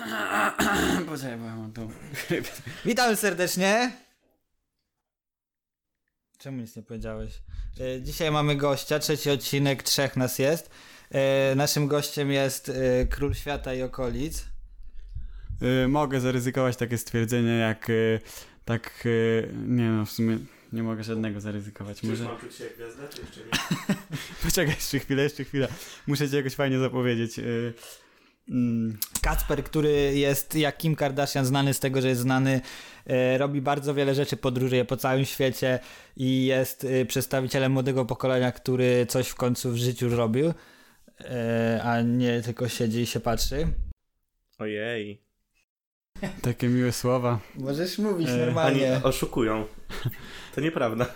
Poczekaj, bo ja mam tą... Witamy serdecznie. Czemu nic nie powiedziałeś? Dzisiaj mamy gościa, 3. odcinek, 3 nas jest. Naszym gościem jest król świata i okolic. Mogę zaryzykować takie stwierdzenie jak nie no, w sumie nie mogę żadnego zaryzykować. Czy Może... mam czuć się jak gwiazda, czy jeszcze nie? Poczekaj, jeszcze chwilę. Muszę ci jakoś fajnie zapowiedzieć. Kacper, który jest jak Kim Kardashian, znany z tego, że jest znany, robi bardzo wiele rzeczy, podróżuje po całym świecie i jest przedstawicielem młodego pokolenia, który coś w końcu w życiu robił, a nie tylko siedzi i się patrzy. Ojej. Takie miłe słowa. Możesz mówić Oni normalnie. oszukują. To nieprawda.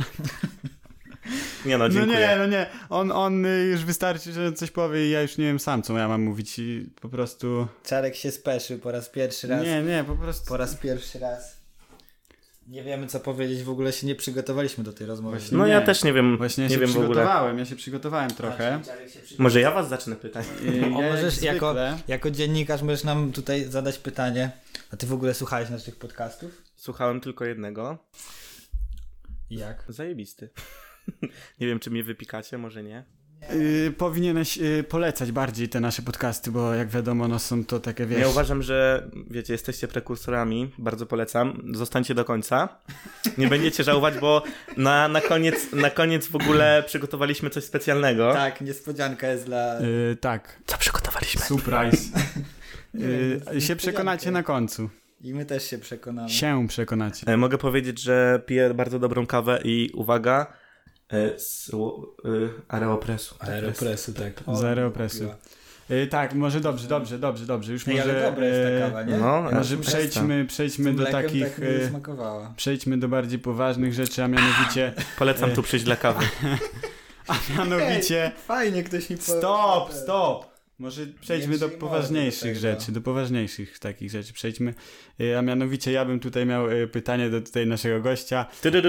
Nie no, dziękuję. No nie. On już wystarczy, że coś powie i ja już nie wiem sam, co ja mam mówić i po prostu... Czarek się speszył po raz pierwszy raz. Nie, po prostu... Po raz pierwszy raz. Nie wiemy co powiedzieć, w ogóle się nie przygotowaliśmy do tej rozmowy. Właśnie No nie. ja też nie wiem. Właśnie ja nie się wiem w ogóle. przygotowałem trochę. Może ja was zacznę pytać. Możesz jako dziennikarz możesz nam tutaj zadać pytanie. A ty w ogóle słuchałeś naszych podcastów? Słuchałem tylko jednego. I jak? Zajebisty. Nie wiem, czy mnie wypikacie, może nie. Powinieneś polecać bardziej te nasze podcasty, bo jak wiadomo, no są to takie, wiesz... Ja uważam, że wiecie, jesteście prekursorami, bardzo polecam. Zostańcie do końca. Nie będziecie żałować, bo na koniec w ogóle przygotowaliśmy coś specjalnego. Tak, niespodzianka jest dla... Tak. Co przygotowaliśmy? Surprise. Nie, się przekonacie na końcu. I my też się przekonamy. Się przekonacie. Mogę powiedzieć, że piję bardzo dobrą kawę i uwaga, z Aeropressu. Aeropressu, tak. Z Aeropressu. Tak, może dobrze. Już może... ale dobra jest ta kawa, nie? No, Może przejdźmy do takich... Tak mi smakowała. Przejdźmy do bardziej poważnych rzeczy, a mianowicie... Polecam tu przyjść dla kawy. A mianowicie... Fajnie ktoś mi Stop! Może przejdźmy do poważniejszych rzeczy, do poważniejszych takich rzeczy przejdźmy. A mianowicie ja bym tutaj miał pytanie do tutaj naszego gościa.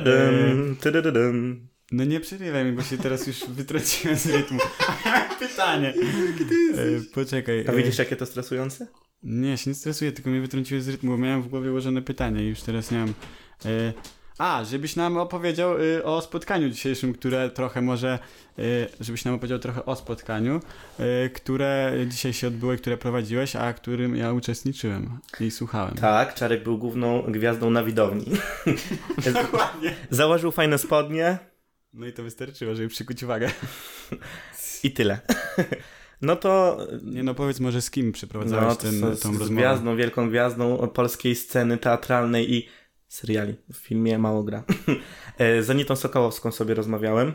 No nie przerywaj mi, bo się teraz już wytrąciłem z rytmu. Pytanie. Poczekaj. A widzisz, jakie to stresujące? Nie, się nie stresuję, tylko mnie wytrąciłeś z rytmu, bo miałem w głowie ułożone pytanie i już teraz nie mam... żebyś nam opowiedział o spotkaniu dzisiejszym, które trochę może... żebyś nam opowiedział trochę o spotkaniu, które dzisiaj się odbyło i które prowadziłeś, a którym ja uczestniczyłem i słuchałem. Tak, Czarek był główną gwiazdą na widowni. Dokładnie. Założył fajne spodnie. No i to wystarczyło, żeby przykuć uwagę. I tyle. No to... Nie no, powiedz może z kim przeprowadzałeś tą rozmowę. Z gwiazdą, wielką gwiazdą polskiej sceny teatralnej i seriali. W filmie mało gra. Z Anitą Sokołowską sobie rozmawiałem.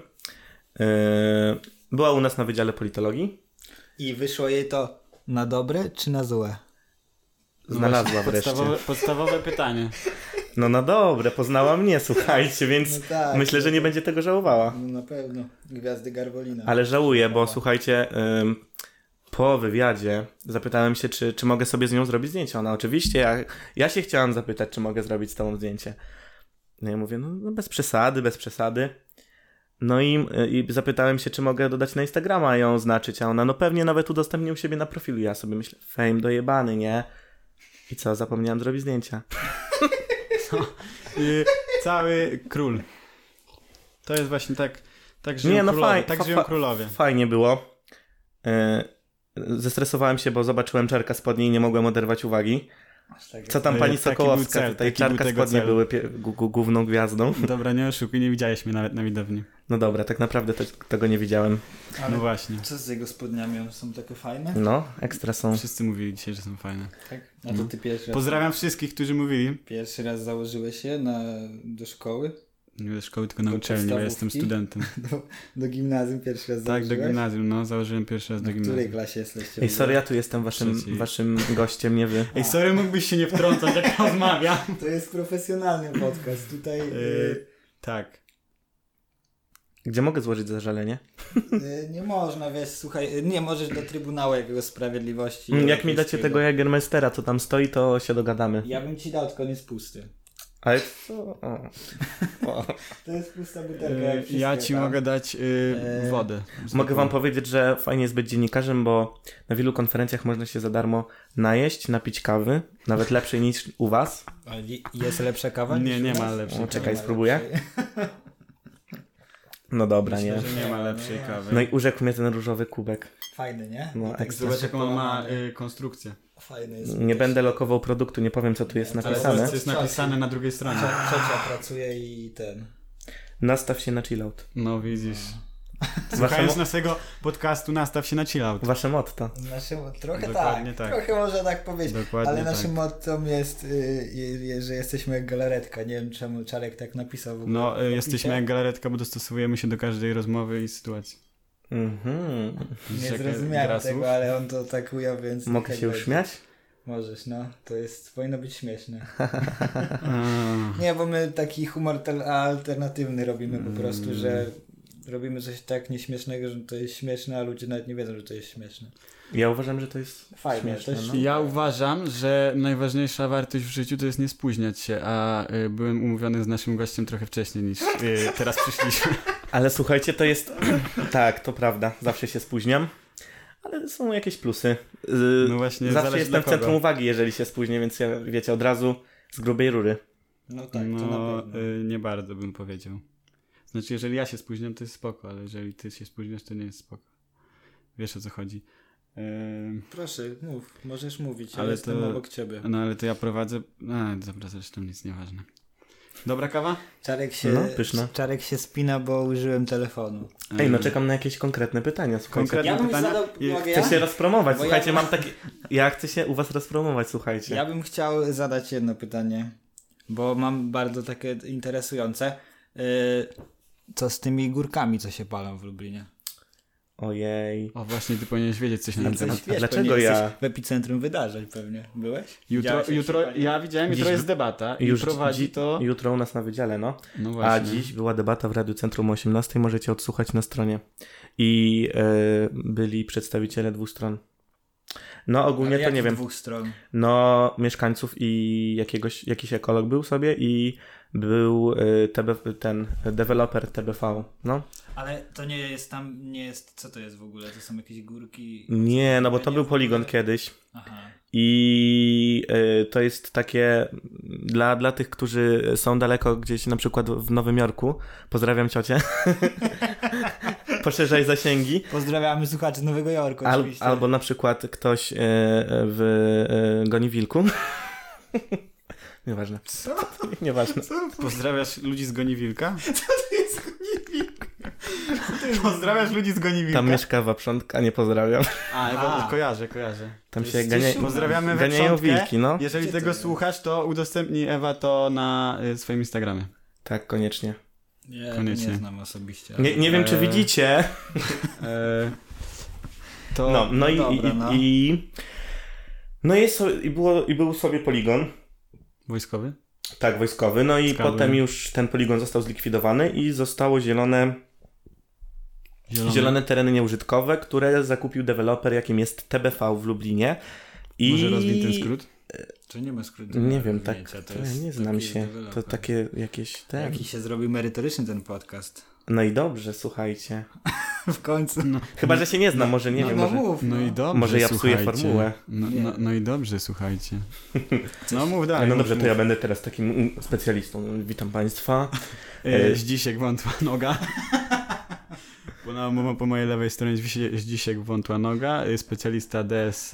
Była u nas na Wydziale Politologii. I wyszło jej to na dobre czy na złe? Znalazła wreszcie. Podstawowe pytanie. No na dobre, poznała mnie, słuchajcie, więc No tak, myślę, że nie będzie tego żałowała. No na pewno. Gwiazdy Garwolina. Ale żałuję, bo słuchajcie, po wywiadzie zapytałem się, czy mogę sobie z nią zrobić zdjęcie. Ona oczywiście, ja się chciałam zapytać, czy mogę zrobić z tobą zdjęcie. No ja mówię, no bez przesady. No i zapytałem się, czy mogę dodać na Instagrama ją oznaczyć, a ona, no pewnie nawet udostępnię u siebie na profilu. Ja sobie myślę, fame dojebany, nie? I co, zapomniałem zrobić zdjęcia. Cały król. To jest właśnie tak żyją królowie. Tak żyją królowie. Fajnie było. Zestresowałem się, bo zobaczyłem Czarka spodnie i nie mogłem oderwać uwagi. Co tam pani Sokołowska? Tutaj Czarka spodnie były główną gwiazdą. Dobra, nie oszukuj, nie widziałeś mnie nawet na widowni. No dobra, tak naprawdę tego nie widziałem. Ale no właśnie. Co z jego spodniami? One są takie fajne? No, ekstra są. Wszyscy mówili dzisiaj, że są fajne. Tak? A to ty pierwszy raz... Pozdrawiam wszystkich, którzy mówili. Pierwszy raz założyłeś je do szkoły? Nie do szkoły, tylko na uczelni, bo ja jestem studentem. Do gimnazjum pierwszy raz założyłeś? Tak, do gimnazjum, no. Założyłem pierwszy raz do gimnazjum. W której klasie jesteście? Ej, sorry, ja tu jestem waszym gościem, nie wy. Ej, sorry, mógłbyś się nie wtrącać, jak rozmawiam. To jest profesjonalny podcast. Tutaj... Tak. Gdzie mogę złożyć zażalenie? Nie można, wiesz, słuchaj, nie możesz do Trybunału jakiegoś Sprawiedliwości. Jak mi dacie tego Jägermeistera, co tam stoi, to się dogadamy. Ja bym ci dał, tylko on jest pusty. Ale co? O. To jest pusta butelka. Ja ci mogę dać wodę. Mogę wam powiedzieć, że fajnie jest być dziennikarzem, bo na wielu konferencjach można się za darmo najeść, napić kawy, nawet lepszej niż u was. A jest lepsza kawa? Nie ma lepszej. O, czekaj, spróbuję. No dobra, Myślę, nie. że nie ma lepszej kawy. No i urzekł mnie ten różowy kubek. Fajny, nie? No, tak ekstra. Zobacz, jaką on ma konstrukcję. Fajny jest. Nie będę lokował produktu, nie powiem co tu jest Ale napisane. co jest napisane na drugiej stronie. Ciocia pracuje i ten. Nastaw się na chillout. No widzisz. Wasze, Słuchając naszego podcastu, nastaw się na chillout. wasze motto. Trochę Dokładnie tak. Trochę można tak powiedzieć. Dokładnie ale tak. naszym mottem jest, że jesteśmy jak galaretka. Nie wiem czemu Czarek tak napisał w ogóle. No, jesteśmy jak galaretka, bo dostosowujemy się do każdej rozmowy i sytuacji. Mhm. Widzisz, Nie jaka zrozumiałem gra tego, słów? ale on to tak ujął, więc... Mogę tak się będzie. uśmiać? Możesz, no. To jest, powinno być śmieszne. A, Nie, bo my taki humor alternatywny robimy po prostu, że robimy coś tak nieśmiesznego, że to jest śmieszne, a ludzie nawet nie wiedzą, że to jest śmieszne. Ja uważam, że to jest Fajnie, śmieszne. też- No. Ja uważam, że najważniejsza wartość w życiu to jest nie spóźniać się, a byłem umówiony z naszym gościem trochę wcześniej niż teraz przyszliśmy. Ale słuchajcie, to jest... Tak, to prawda. Zawsze się spóźniam. Ale są jakieś plusy. No właśnie, Zawsze zależy jestem dla w centrum kogo. uwagi, jeżeli się spóźnię, więc ja, wiecie, od razu z grubej rury. No tak, to No, na pewno. nie bardzo bym powiedział. Znaczy, jeżeli ja się spóźniam, to jest spoko, ale jeżeli ty się spóźniasz, to nie jest spoko. Wiesz, o co chodzi. Proszę, mów. Możesz mówić, Ale ale jestem to- obok ciebie. No ale to ja prowadzę... dobra, zresztą nic nieważne. Dobra kawa? No, pyszna. Czarek się spina, bo użyłem telefonu. Ej, no czekam na jakieś konkretne pytania, słuchajcie. Konkretne Ja bym pytania? zadał... Mogę Chcę się ja? rozpromować, Bo słuchajcie, ja- mam takie... Ja chcę się u was rozpromować, słuchajcie. Ja bym chciał zadać jedno pytanie, bo mam bardzo takie interesujące. Co z tymi górkami, co się palą w Lublinie? Ojej. O właśnie, ty powinieneś wiedzieć coś na ten Coś temat. wiesz, dlaczego pewnie ja- jesteś w epicentrum wydarzeń pewnie. Byłeś? Jutro, Widziałeś, jak się ja widziałem, jutro Dziś- jest debata i Już prowadzi to... Jutro u nas na wydziale, no. No A właśnie. dziś była debata w Radiu Centrum o 18, możecie odsłuchać na stronie. I byli przedstawiciele dwóch stron. No ogólnie Ale to nie jakich wiem. dwóch stron. No mieszkańców i jakiś ekolog był sobie i był ten deweloper TBV, no. Ale to nie jest tam, nie jest, co to jest w ogóle? To są jakieś górki? Nie, no bo to Nie był w ogóle. poligon kiedyś. Aha. I to jest takie dla tych, którzy są daleko gdzieś na przykład w Nowym Jorku. Pozdrawiam ciocię. Poszerzaj zasięgi. Pozdrawiamy słuchaczy z Nowego Jorku oczywiście. Albo na przykład ktoś w Goni Wilku. Nieważne. Co? Nieważne. Pozdrawiasz ludzi z Goniwilka? Pozdrawiasz ludzi z Goniwilka? Tam mieszka Waprzątka, nie pozdrawiam. Kojarzę. Tam To się jest ganiają Pozdrawiamy ganiają Weprzątkę. wilki, no. Jeżeli Gdzie to tego jest? słuchasz, to udostępnij Ewa to na swoim Instagramie. Tak, koniecznie. Nie, Koniecznie. nie znam osobiście. Nie wiem, czy widzicie. To... No i, dobra, no. no i był sobie poligon. Wojskowy? Tak, wojskowy. No i Ciekawe. potem już ten poligon został zlikwidowany i zostało zielone tereny nieużytkowe, które zakupił deweloper, jakim jest TBV w Lublinie. I Może rozwij ten skrót? To nie ma skrótu. nie wiem, tak. Zdjęcia, To ja nie znam taki się. To deweloper. takie jakieś Jaki się zrobił merytoryczny ten podcast. No i dobrze, słuchajcie. W końcu. Chyba, że się nie znam, może nie wiem. no Może... mów. No i dobrze, Może ja psuję słuchajcie. formułę. No i dobrze, słuchajcie. No mów dalej. No mów, dobrze, to mów. ja będę teraz takim specjalistą. Witam Państwa. Zdzisiek wątła noga. Po mojej lewej stronie Zdzisiek wątła noga. Specjalista DS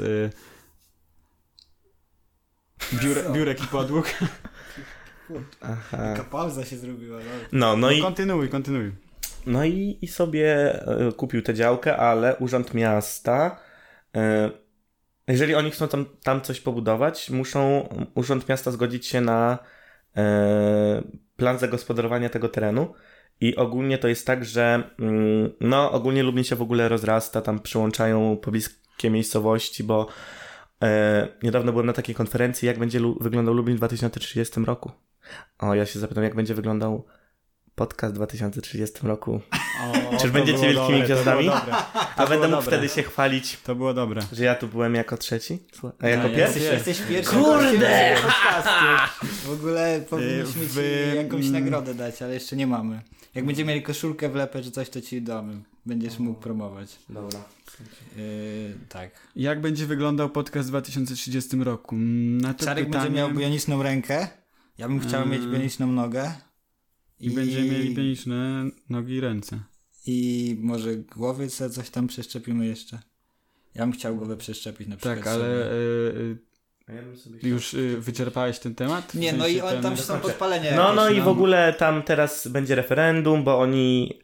biurek i podłóg. Aha. Taka pauza się zrobiła. No. No i Kontynuuj. No i sobie kupił tę działkę, ale Urząd Miasta, jeżeli oni chcą tam coś pobudować, muszą Urząd Miasta zgodzić się na plan zagospodarowania tego terenu. I ogólnie to jest tak, że no ogólnie Lublin się w ogóle rozrasta, tam przyłączają pobliskie miejscowości, bo niedawno byłem na takiej konferencji, jak będzie wyglądał Lublin w 2030 roku. O, ja się zapytam, jak będzie wyglądał podcast w 2030 roku. O, Czyż to będziecie było wielkimi dobre, gwiazdami? To było dobre. A będę mógł dobre. wtedy się chwalić, To było dobre. że ja tu byłem jako trzeci? A jako No, pierwszy? Jesteś pierwszy. Kurde! W ogóle powinniśmy w- ci jakąś nagrodę dać, ale jeszcze nie mamy. Jak będziemy mieli koszulkę w lepę czy coś, to ci damy. Będziesz mógł promować. Dobra. Tak. Jak będzie wyglądał podcast w 2030 roku? Na to Czarek pytanie... będzie miał bioniczną rękę. Ja bym chciał mieć bioniczną nogę. I będziemy mieli bioniczne nogi i ręce. I może głowy sobie coś tam przeszczepimy jeszcze. Ja bym chciał głowę przeszczepić na przykład Tak, ale sobie. A ja bym sobie już wyczerpałeś ten temat? Nie, W no i sensie on tam są podpalenia No, jakieś, no i w ogóle tam teraz będzie referendum, bo oni...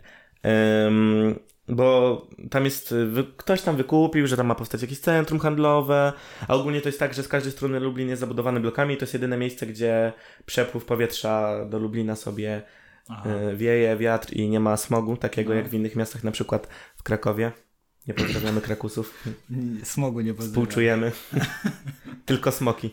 bo tam jest... Ktoś tam wykupił, że tam ma powstać jakieś centrum handlowe, a ogólnie to jest tak, że z każdej strony Lublin jest zabudowany blokami i to jest jedyne miejsce, gdzie przepływ powietrza do Lublina sobie wieje, wiatr i nie ma smogu, takiego jak w innych miastach, na przykład w Krakowie. Nie pozdrawiamy Krakusów. Smogu nie pozdrawiam. Współczujemy. Tylko smoki.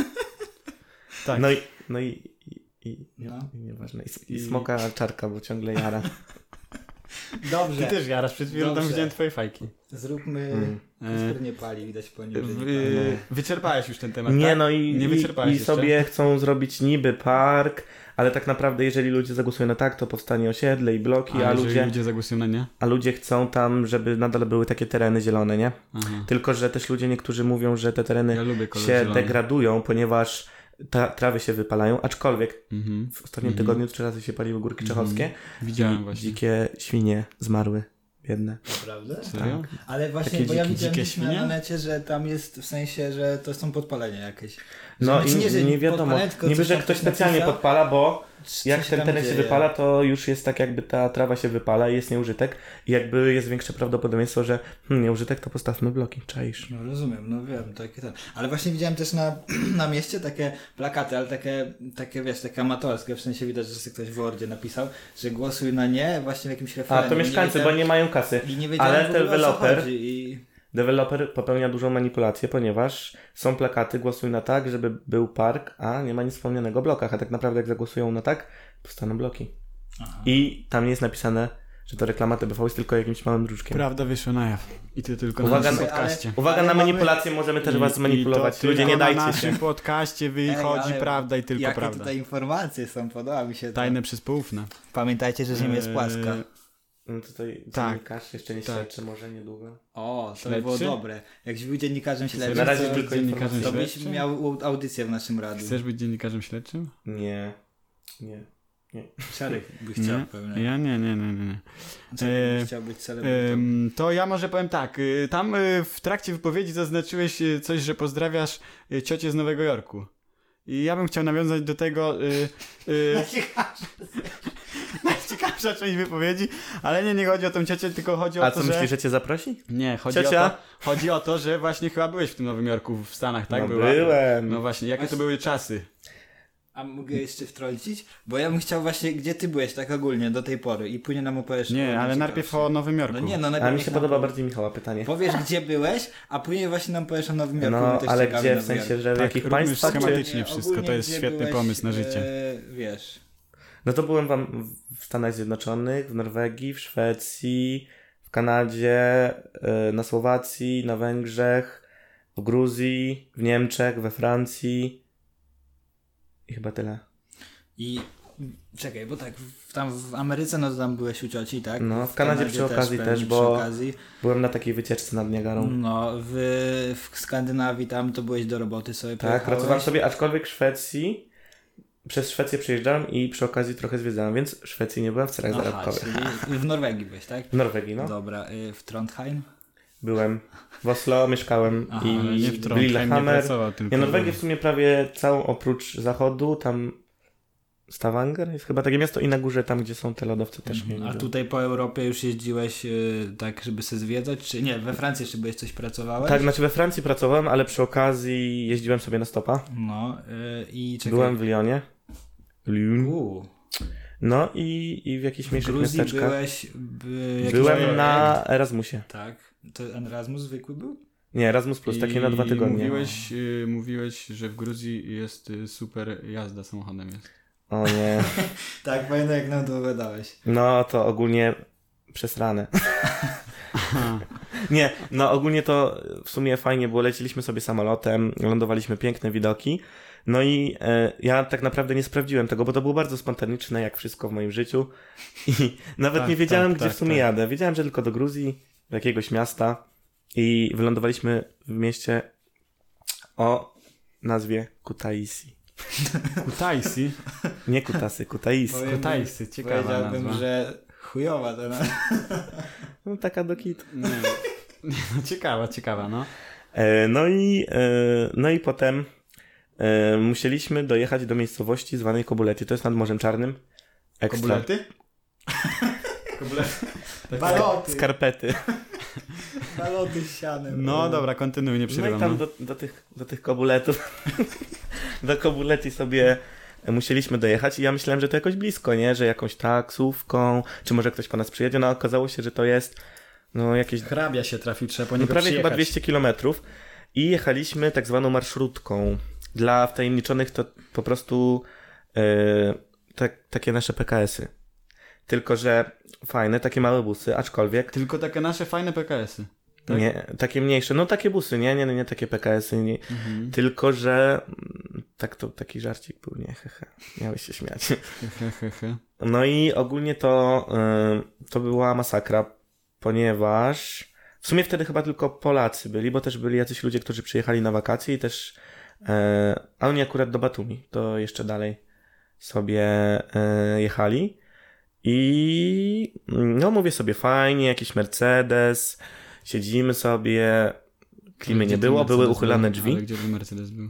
Tak. No i No. nieważne. I smoka czarka, bo ciągle jara. Dobrze. Ty też jarasz, przed chwilą tam Dobrze. widziałem twoje fajki. Zróbmy... Kasper nie pali, widać po nim. Wyczerpałeś już ten temat, Nie, tak? no Nie i wyczerpałeś jeszcze? sobie chcą zrobić niby park, ale tak naprawdę jeżeli ludzie zagłosują na tak, to powstanie osiedle i bloki, A jeżeli ludzie zagłosują na nie? a ludzie chcą tam, żeby nadal były takie tereny zielone, nie? Aha. Tylko, że też ludzie niektórzy mówią, że te tereny Ja lubię kolor się zielony. degradują, ponieważ trawy się wypalają, aczkolwiek Mhm. w ostatnim tygodniu 3 razy się paliły Górki Czechowskie Widziałem i właśnie. dzikie świnie zmarły, biedne. Prawda? Serio? Ale właśnie, Takie bo ja dzikie widziałem świnie? na necie, że tam jest w sensie, że to są podpalenia jakieś. No Znaczy i że nie wiadomo, podpalenie, tylko niby, coś że tam ktoś ktoś specjalnie napisał. podpala, bo Co jak się ten tam teren się dzieje? wypala, to już jest tak jakby ta trawa się wypala i jest nieużytek i jakby jest większe prawdopodobieństwo, że nieużytek, to postawmy bloki, czaisz. No rozumiem, no wiem, takie ten. Ale właśnie widziałem też na mieście takie plakaty, ale takie wiesz, takie amatorskie, w sensie widać, że sobie ktoś w Wordzie napisał, że głosuj na nie właśnie w jakimś A, referendum. to mieszkańcy, bo nie mają kasy. I nie wiedziałem Ale w ogóle, o co deweloper, chodzi i... deweloper popełnia dużą manipulację, ponieważ są plakaty, głosuj na tak, żeby był park, a nie ma nic wspomnianego o blokach, a tak naprawdę jak zagłosują na tak, powstaną bloki. Aha. I tam nie jest napisane, że to reklama TBV jest tylko jakimś małym druczkiem. Prawda wyszła na jaw. I ty tylko Uwaga, na naszym ale- podcaście. Uwaga Ale na mamy- manipulację, możemy też was I zmanipulować. to Ludzie, tylko nie dajcie na się. naszym podcaście wychodzi ale prawda i tylko Jakie prawda. tutaj informacje są, podoba mi się to. Tajne przez poufne. Pamiętajcie, że Ziemia jest płaska. No tutaj Tak. dziennikarz jeszcze nie Tak. śledczy, może niedługo. O, to by Śledczy? było dobre. Jakbyś był dziennikarzem śledczym, Na razie to, tylko dziennikarzem informacje. to byś śledczym? miał audycję w naszym radiu. Chcesz być dziennikarzem śledczym? Nie. Szarek by chciał pewnie. Ja nie. Szarek by chciał być celebrytą. To ja może powiem tak. Tam w trakcie wypowiedzi zaznaczyłeś coś, że pozdrawiasz ciocię z Nowego Jorku. I ja bym chciał nawiązać do tego najciekawsza część wypowiedzi, ale nie chodzi o tą ciocię, tylko chodzi o A to, co że... myślisz, że cię zaprosi? Nie, Ciocia? chodzi o to, że właśnie chyba byłeś w tym Nowym Jorku w Stanach, tak? No Była? byłem. No właśnie, jakie to były czasy? A mogę jeszcze wtrącić? Bo ja bym chciał właśnie, gdzie ty byłeś tak ogólnie do tej pory i później nam opowiesz. Nie, o ale najciekawszym. najpierw o Nowym Jorku. No nie, no A najpierw mi niech się nam podoba powie- bardziej Michała pytanie. Powiesz, gdzie byłeś, a później właśnie nam powiesz o Nowym Jorku. No, bo to jest ale ciekawe gdzie? W Nowy sensie, Jork. że w Tak, jakich róbmy państwach? Czy... schematycznie Nie, wszystko, ogólnie, to jest gdzie świetny byłeś, pomysł na życie. Wiesz. No to byłem wam w Stanach Zjednoczonych, w Norwegii, w Szwecji, w Kanadzie, na Słowacji, na Węgrzech, w Gruzji, w Niemczech, we Francji i chyba tyle. I czekaj, bo tak, tam w Ameryce, no to tam byłeś u cioci, tak? No, w Kanadzie przy okazji pewnie też, bo- Przy okazji. Byłem na takiej wycieczce nad Niagarą. No, w Skandynawii tam to byłeś do roboty sobie Tak, pojechałeś. pracowałem sobie, aczkolwiek w Szwecji, przez Szwecję przejeżdżałem i przy okazji trochę zwiedzałem, więc w Szwecji nie byłem w celach Aha, zarobkowych. czyli w Norwegii byłeś, tak? W Norwegii, no. Dobra, w Trondheim? Byłem w Oslo, mieszkałem Aha, i Ale nie w Trondheim nie Lillehammer. pracował, tylko... Ja Norwegię w sumie prawie całą oprócz zachodu, tam Stavanger jest chyba takie miasto i na górze tam, gdzie są te lodowce też nie A byłem. tutaj po Europie już jeździłeś tak, żeby się zwiedzać, czy nie? We Francji jeszcze byłeś coś pracowałeś? Tak, znaczy we Francji pracowałem, ale przy okazji jeździłem sobie na stopa. No i czekaj. Byłem w Lyonie. Lyon. U, No i w jakichś w mniejszych Gruzji miasteczkach. byłeś... jakiś Byłem projekt? na Erasmusie. Tak. To Erasmus zwykły był? Nie, Erasmus Plus, takie na 2 tygodnie. Mówiłeś, że w Gruzji jest super jazda samochodem. Jest. O nie. Tak, pamiętam jak nam to opowiadałeś. No to ogólnie przesrane. Nie, no ogólnie to w sumie fajnie było, leciliśmy sobie samolotem, lądowaliśmy, piękne widoki, no i ja tak naprawdę nie sprawdziłem tego, bo to było bardzo spontaniczne, jak wszystko w moim życiu i nawet Tak, nie wiedziałem, tak, gdzie tak, w sumie tak. jadę. Wiedziałem, że tylko do Gruzji, do jakiegoś miasta i wylądowaliśmy w mieście o nazwie Kutaisi. Kutaisi. Nie Kutasy, Kutaisi. Kutaisi, ciekawa Powiedziałbym, nazwa. że chujowa to nazwa. No taka do kitu. Nie. No, ciekawa, no. No i potem musieliśmy dojechać do miejscowości zwanej Kobulety. To jest nad Morzem Czarnym. Ekstra. Kobulety? Kobulety. Baloty. Skarpety. Baloty z sianem. No dobra, kontynuuj, nie No i przerywam. tam do tych Kobuletów do Kobulety sobie musieliśmy dojechać i ja myślałem, że to jakoś blisko, nie? Że jakąś taksówką, czy może ktoś po nas przyjedzie. No okazało się, że to jest no jakieś Hrabia się trafił, trzeba po no, niego prawie przyjechać. chyba 200 kilometrów i jechaliśmy tak zwaną marszrutką. Dla wtajemniczonych to po prostu takie nasze PKS-y. Tylko, że fajne, takie małe busy, aczkolwiek Tylko takie nasze fajne PKS-y. Tak? nie, takie mniejsze, no takie busy, nie takie PKS-y, nie. Tylko, że taki żarcik był, nie, hehe, miałeś się śmiać. He. No i ogólnie to była masakra, ponieważ w sumie wtedy chyba tylko Polacy byli, bo też byli jacyś ludzie, którzy przyjechali na wakacje i też a oni akurat do Batumi, to jeszcze dalej sobie jechali i no mówię sobie fajnie, jakiś Mercedes, siedzimy sobie, klimy nie było, były uchylane drzwi. Ale gdzie by Mercedes był?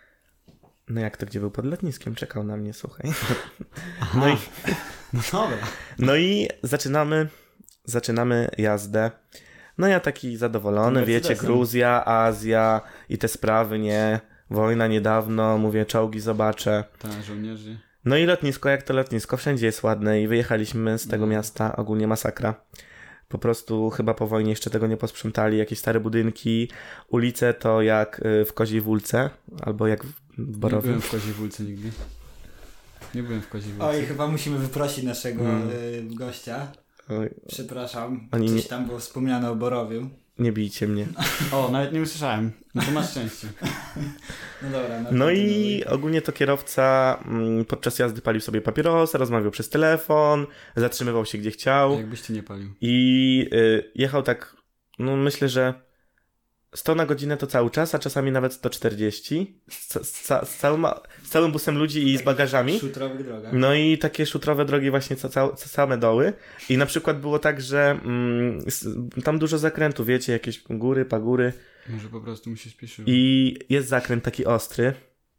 No jak to, gdzie był pod lotniskiem, czekał na mnie, słuchaj. Aha. No i No dobra. No i zaczynamy jazdę. No ja taki zadowolony, wiecie, Mercedesem. Gruzja, Azja i te sprawy, nie? Wojna niedawno, mówię, czołgi zobaczę. Tak, żołnierzy. No i lotnisko, jak to lotnisko, wszędzie jest ładne i wyjechaliśmy z tego miasta, ogólnie masakra. Po prostu chyba po wojnie jeszcze tego nie posprzątali, jakieś stare budynki, ulice to jak w Koziej Wólce, albo jak w Nie Borowie. byłem w Koziej Wólce nigdy. Nie byłem w Koziej Wólce. Oj, chyba musimy wyprosić naszego gościa. Oj, Przepraszam, Oni gdzieś nie- tam było wspomniane o Borowiu. nie bijcie mnie. O, nawet nie usłyszałem. No to masz szczęście. No dobra. No i ogólnie to kierowca podczas jazdy palił sobie papierosa, rozmawiał przez telefon, zatrzymywał się gdzie chciał Jakbyś ty nie palił. i jechał tak, no myślę, że 100 na godzinę to cały czas, a czasami nawet 140 z całym busem ludzi i z bagażami. W szutrowych drogach. No i takie szutrowe drogi właśnie same doły i na przykład było tak, że tam dużo zakrętów, wiecie, jakieś góry, pagóry. Może po prostu mu się śpieszyło. I jest zakręt taki ostry.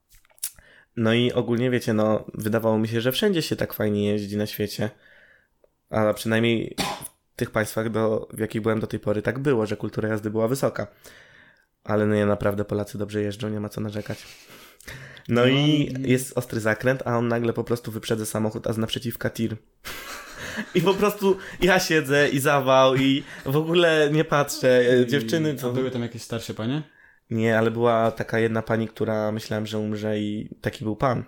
No i ogólnie wiecie, no wydawało mi się, że wszędzie się tak fajnie jeździ na świecie. A przynajmniej w tych państwach, w jakich byłem do tej pory, tak było, że kultura jazdy była wysoka. Ale no nie, naprawdę Polacy dobrze jeżdżą, nie ma co narzekać. No i jest ostry zakręt, a on nagle po prostu wyprzedza samochód, a z naprzeciwka tir. I po prostu ja siedzę i zawał i w ogóle nie patrzę. Dziewczyny A co... były tam jakieś starsze panie? Nie, ale była taka jedna pani, która myślałem, że umrze i taki był pan.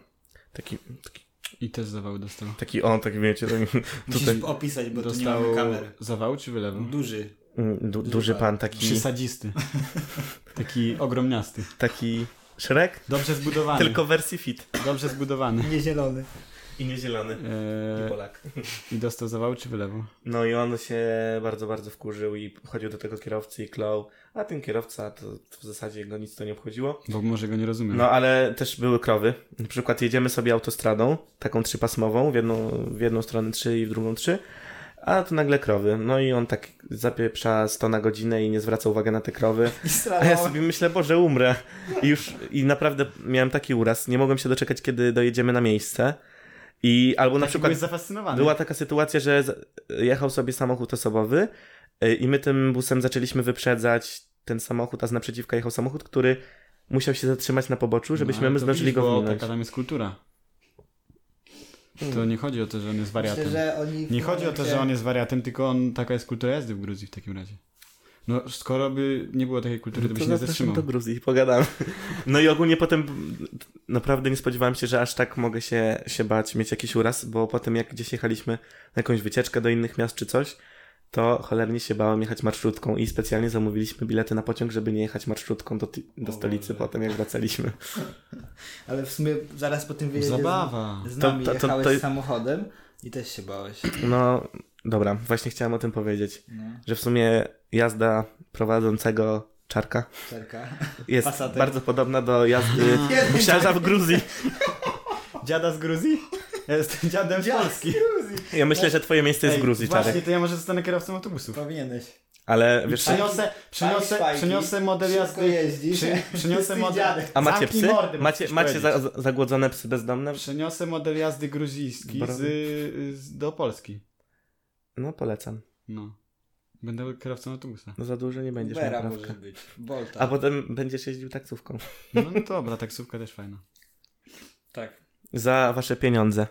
I też zawału dostał. Tak wiecie, Musisz tutaj opisać, bo tu nie Dostał mamy kamery. zawału czy wylewu? Duży. duży pan, taki Przysadzisty. Taki ogromniasty. Shrek, Dobrze zbudowany. tylko w wersji fit. Dobrze zbudowany. Nie zielony. I nie zielony. I Polak. I dostał zawału czy wylewu? No i on się bardzo, bardzo wkurzył i chodził do tego kierowcy i klął, a ten kierowca to w zasadzie go nic to nie obchodziło. Bo może go nie rozumiem. No ale też były krowy. Na przykład jedziemy sobie autostradą, taką 3-pasmową, w jedną stronę 3 i w drugą 3, a tu nagle krowy. No i on tak zapieprza 100 na godzinę i nie zwraca uwagi na te krowy. A ja sobie myślę, Boże, umrę. I naprawdę miałem taki uraz. Nie mogłem się doczekać, kiedy dojedziemy na miejsce. Albo na przykład byłeś zafascynowany. była taka sytuacja, że jechał sobie samochód osobowy i my tym busem zaczęliśmy wyprzedzać ten samochód, a z naprzeciwka jechał samochód, który musiał się zatrzymać na poboczu, żebyśmy my zdążyli go bo wyminąć. taka tam jest kultura. To nie chodzi o to, że on jest wariatem. Myślę, że oni Nie chodzi o to, że on jest wariatem, tylko taka jest kultura jazdy w Gruzji w takim razie. No skoro by nie było takiej kultury, to by się nie zapraszam zatrzymał. do Gruzji i pogadamy. No i ogólnie potem naprawdę nie spodziewałem się, że aż tak mogę się bać, mieć jakiś uraz, bo potem jak gdzieś jechaliśmy na jakąś wycieczkę do innych miast czy coś, to cholernie się bałem jechać marszrutką i specjalnie zamówiliśmy bilety na pociąg, żeby nie jechać marszrutką do stolicy Boże. potem jak wracaliśmy. Ale w sumie zaraz po tym wyjeździe Zabawa. z nami To- jechałeś samochodem i też się bałeś. No, dobra, właśnie chciałem o tym powiedzieć, No, że w sumie jazda prowadzącego czarka Czerka. jest Passatem. bardzo podobna do jazdy musiarza w Gruzji. Dziada z Gruzji? Ja jestem dziadem z Polski. Ja myślę, że twoje miejsce jest w Gruzji, Właśnie, Czarek. to ja może zostanę kierowcą autobusów. Powinieneś. Ale wiesz, Przyniosę model Szybko jazdy. jeździsz. Przyniosę Jesteś model. dziadek. a macie Zamknij psy? mordę, Macie musisz powiedzieć. zagłodzone psy bezdomne? Przyniosę model jazdy gruzijski do Polski. No, polecam. No. Będę kierowcą autobusa. No za dużo nie będziesz miał Ubera prawka. może być. Bolta. A potem będziesz jeździł taksówką. No dobra, taksówka też fajna. Tak. Za wasze pieniądze.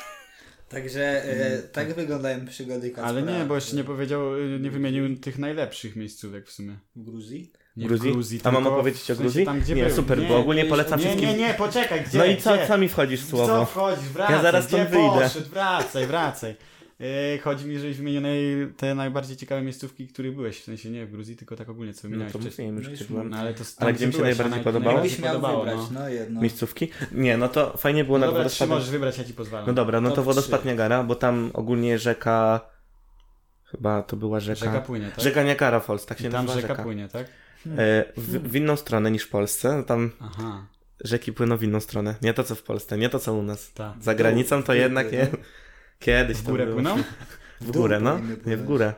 Także tak wyglądają przygody Kacpra. Ale nie, bo jeszcze nie powiedział, nie wymienił tych najlepszych miejscówek w sumie. W Gruzji? Nie Gruzji? w Gruzji, A mam tylko opowiedzieć o w sensie Gruzji? Tam, gdzie Nie, był. super, bo ogólnie polecam wszystkim. Nie, poczekaj, gdzie? No i gdzie? co mi wchodzisz w Co słowo? wchodzisz? Wracaj, Ja zaraz gdzie stąd wyjdę. poszedł? Wracaj. Chodzi mi, żebyś wymienił te najbardziej ciekawe miejscówki, w których byłeś. W sensie nie w Gruzji, tylko tak ogólnie, co No wymieniałeś to wcześniej. mówiłem już, No gdzie już byłem. No, ale to Ale gdzie mi się byłeś, najbardziej a podobało? Jakbyś miał podobało, wybrać, no. no jedno. Miejscówki? Nie, no to fajnie było No nad dobra, trzy wodospadem. możesz wybrać, ja ci pozwalam. No dobra, no to Top wodospad 3. Niagara, bo tam ogólnie rzeka... Chyba to była Rzeka płynie, tak? Rzeka Niagara Falls, tak się I tam nazywa rzeka rzeka. płynie, tak? W inną stronę niż w Polsce. No tam Aha, rzeki płyną w inną stronę. Nie to co w Polsce, nie to co u nas. tak. Za granicą to jednak nie. Kiedyś W to górę było. płyną? W górę, no. powinny Nie w płynąć. górę.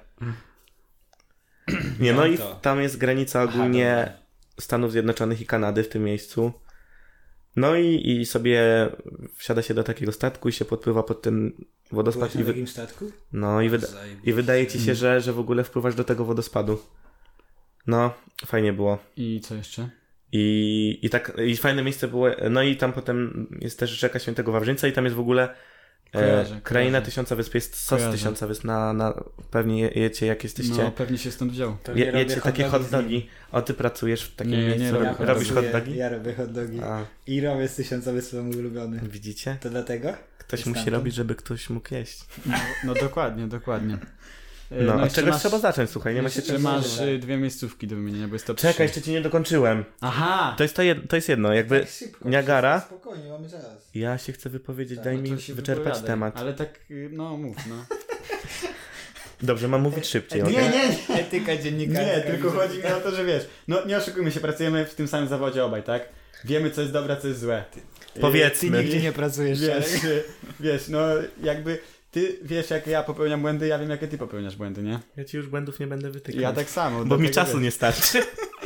Nie, no No i to. tam jest granica ogólnie Stanów Zjednoczonych i Kanady w tym miejscu. No i sobie wsiada się do takiego statku i się podpływa pod ten wodospad. Byłeś na takim statku? No i wydaje ci się, że w ogóle wpływasz do tego wodospadu. No, fajnie było. I co jeszcze? I fajne miejsce było. No i tam potem jest też rzeka Świętego Wawrzyńca i tam jest w ogóle Kojarzę. kraina Tysiąca Wysp, jest sos Kojarzę. Tysiąca Wysp pewnie jecie jak jesteście. No, pewnie się stąd wziął. To nie robię Jecie takie hot hot dogi z dogi. O, ty pracujesz w takim Nie, nie miejscu, robię Ja hot robisz hot pracuję, dogi? Ja robię hot dogi. A, I robię z 1000 wysłów ulubiony. widzicie? To dlatego? Ktoś Jest musi tam to? robić, żeby ktoś mógł jeść. No dokładnie. No, od jeszcze czegoś masz- trzeba zacząć, słuchaj, nie ma się Jeszcze czym masz zacząć. dwie miejscówki do wymienienia, bo jest to Czekaj, 3. jeszcze ci nie dokończyłem. Aha! To jest jedno, jakby Tak szybko. Niagara. Spokojnie, mamy czas. Ja się chcę wypowiedzieć, Tak, daj No mi to się wyczerpać wypowiadaj. temat. Ale tak, no mów, no. Dobrze, mam mówić szybciej. okej? nie. Etyka dziennikarska. Nie, tylko chodzi mi o to, że wiesz, no nie oszukujmy się, pracujemy w tym samym zawodzie obaj, tak? Wiemy, co jest dobre, co jest złe. Ty Powiedzmy. nigdzie nie pracujesz, Wiesz, no jakby ty wiesz, jak ja popełniam błędy, ja wiem, jakie ty popełniasz błędy, nie? Ja ci już błędów nie będę wytykał. Ja tak samo. Bo mi dlatego czasu wiesz. nie starczy.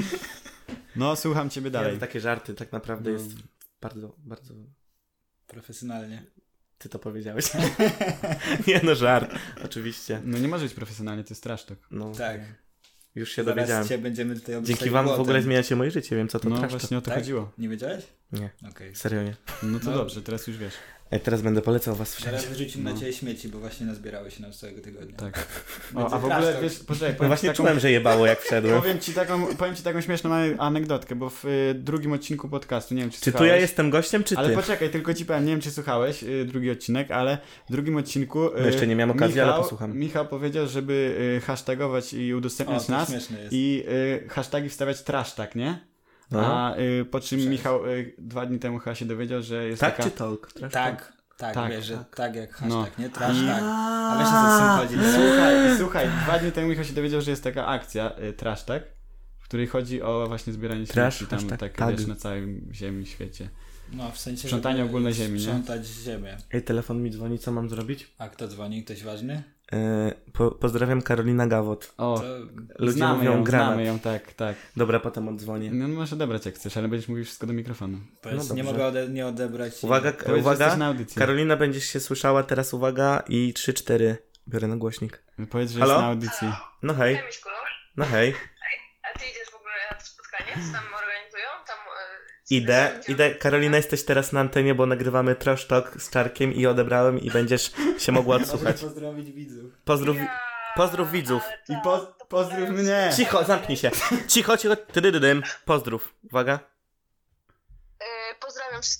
No, słucham ciebie Dalej. dalej. Takie żarty tak naprawdę No. jest bardzo, bardzo... Profesjonalnie. Ty to powiedziałeś. Nie no, żart. Oczywiście. No nie może być profesjonalnie, to jest trash talk. No, Tak. już się Zaraz dowiedziałem. cię będziemy tutaj Dzięki obrzucać wam w błotem. ogóle zmieniacie moje życie, wiem co to No trash właśnie o to Tak? chodziło. Nie wiedziałeś? Nie, Okej. serio nie. No to No. dobrze, teraz już wiesz. Teraz będę polecał was wszędzie. Zaraz wyrzucimy No. na ciebie śmieci, bo właśnie nazbierały się nam z całego tygodnia. Tak. Będzie A w ogóle, trash talk. wiesz, poczekaj, No powiem właśnie ci taką, czułem, że jebało jak wszedłem. powiem ci taką śmieszną anegdotkę, bo w drugim odcinku podcastu, nie wiem czy Czy tu słuchałeś, ja jestem gościem, czy ty? ale poczekaj, tylko ci powiem, nie wiem czy słuchałeś drugi odcinek, ale w drugim odcinku No jeszcze nie miałem okazji, ale posłucham. Michał powiedział, żeby hashtagować i O, udostępniać to nas śmieszne jest. i hashtagi wstawiać trash, tak, nie? No. A po czym Cześć. Michał 2 dni temu chyba się dowiedział, że jest Tak taka... czy talk? Trash talk? Tak, wiesz, że tak jak hashtag, No. nie? Trash tak. A wiesz o co z tym chodzi? Słuchaj, 2 dni temu Michał się dowiedział, że jest taka akcja trash, tak? W której chodzi o właśnie zbieranie Trash, śmieci tam hashtag, tak, tag. wiesz, na całym ziemi, świecie. No, w sensie, Sprzątanie żeby ogólne ziemi, nie? Sprzątać ziemię. Ej, telefon mi dzwoni, co mam zrobić? A kto dzwoni? Ktoś ważny? Pozdrawiam Karolina Gawot. O, To... Ludzie znamy mówią ją, granat. znamy ją, tak. Dobra, potem odzwonię. No możesz odebrać jak chcesz, ale będziesz mówił wszystko do mikrofonu. Powiedz, No nie dobrze. mogę nie odebrać. Uwaga, Powiedz, że uwaga. jesteś na audycji. Karolina, będziesz się słyszała, teraz uwaga i 3-4. Biorę na głośnik. Powiedz, że Halo? jest na audycji. No hej, Hej Miśku, no hej. a ty idziesz w ogóle na to spotkanie? Co tam organizują? Tam, Idę. Karolina, jesteś teraz na antenie, bo nagrywamy Trash Talk z Czarkiem i odebrałem i będziesz się mogła odsłuchać. Możesz pozdrowić widzów. Pozdrów widzów. I pozdrów mnie! Cicho, zamknij się. Cicho. Pozdrów. Uwaga. Pozdrawiam wszystkich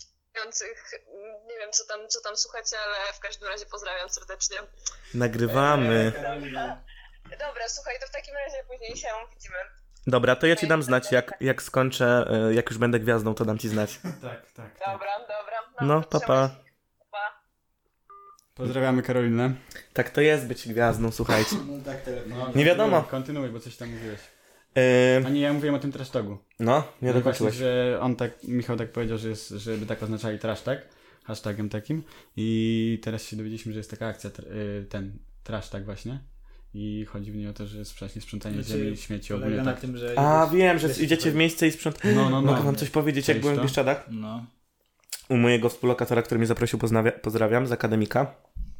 słuchających. Nie wiem, co tam słuchacie, ale w każdym razie pozdrawiam serdecznie. Nagrywamy. Dobra, słuchaj, to w takim razie później się widzimy. Dobra, to ja ci dam znać, jak skończę, jak już będę gwiazdą, to dam ci znać. Tak. Dobra. No, to pa. Pa. Pozdrawiamy Karolinę. Tak to jest być gwiazdą, słuchajcie. No tak, telefon. Nie wiadomo. Kontynuuj, bo coś tam mówiłeś. Yy, A nie, ja mówiłem o tym trash tagu. no, nie No dokończyłeś. właśnie, że Michał tak powiedział, żeby tak oznaczali trash tag, hashtagiem takim. I teraz się dowiedzieliśmy, że jest taka akcja, ten trash tag właśnie. I chodzi w niej o to, że jest właśnie sprzątanie ziemi i śmieci ogólnie na tak. tym, że A, wiem, że idziecie w miejsce i No. Mogę wam coś powiedzieć, jak Cześć, byłem w to? Bieszczadach? No. U mojego współlokatora, który mnie zaprosił, pozdrawiam, z akademika.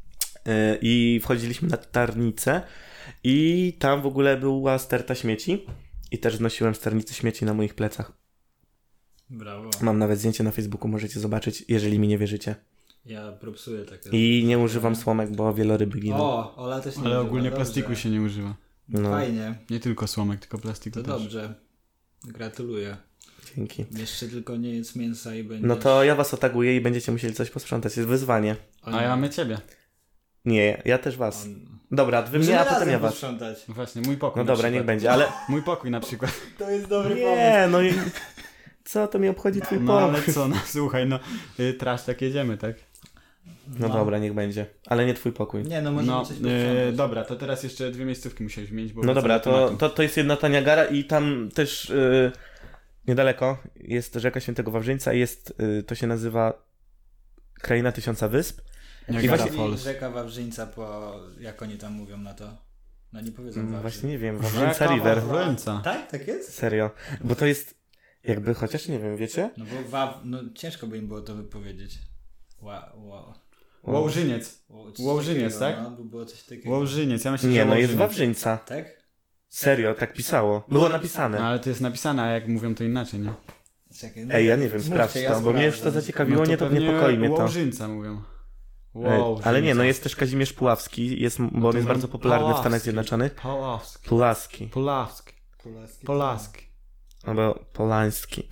I wchodziliśmy na tarnicę i tam w ogóle była sterta śmieci i też znosiłem sternicy śmieci na moich plecach. Brawo. Mam nawet zdjęcie na Facebooku, możecie zobaczyć, jeżeli mi nie wierzycie. Ja propsuję takie. I nie używam słomek, bo wieloryby giną. O, Ola też nie Ale używa, ogólnie dobrze. plastiku się nie używa. No. Fajnie, Nie tylko słomek, tylko plastiku to też. dobrze. Gratuluję. Dzięki. Jeszcze tylko nie jedz mięsa i będziesz... No to ja was otaguję i będziecie musieli coś posprzątać. Jest wyzwanie. A ja mamy ciebie. Nie, ja też was. Dobra, wy mnie, Musimy a potem razem ja was. posprzątać. Właśnie, mój pokój No na dobra, niech przykład. będzie, ale... Mój pokój na przykład. To jest dobry pomysł. Nie, no i... Co to mi obchodzi twój No ale pokój? co, no słuchaj, no trash tak jedziemy, tak? No dobra, niech będzie. Ale nie twój pokój. Nie, no możemy No, coś posprzątać. dobra, to teraz jeszcze 2 miejscówki musiałeś wymienić, bo No dobra, wracamy do tematu. to jest jedna ta Niagara i tam też niedaleko jest rzeka Świętego Wawrzyńca i jest, to się nazywa Kraina Tysiąca Wysp. Niagara właśnie- Falls. Rzeka Wawrzyńca po... Jak oni tam mówią na to? No nie powiedzą Wawrzyn. Właśnie nie wiem, Wawrzyńca Rzeka River. Wawrzyńca. Tak? Tak jest? Serio. Bo to jest jakby, chociaż nie wiem, wiecie? No bo no ciężko by im było to wypowiedzieć. Wow. Łożyniec. Coś Łożyniec, takiego, tak? No, by było coś takiego. Łożyniec, ja myślę, Nie, że no jest Łożyniec. Wawrzyńca. Tak? Serio, tak pisało. Było napisane. No ale to jest napisane, a jak mówią to inaczej, nie? Czekaj, no, Ej, ja nie wiem, mówcie, sprawdź ja to, bo mnie już to sprawdzę. zaciekawiło, No nie to pewnie niepokoi mnie to. Łożyńca mówią. Ale nie, no jest też Kazimierz Puławski, bo on jest bardzo popularny w Stanach Zjednoczonych. Pawłowski. Puławski. Polaski. Albo Polański.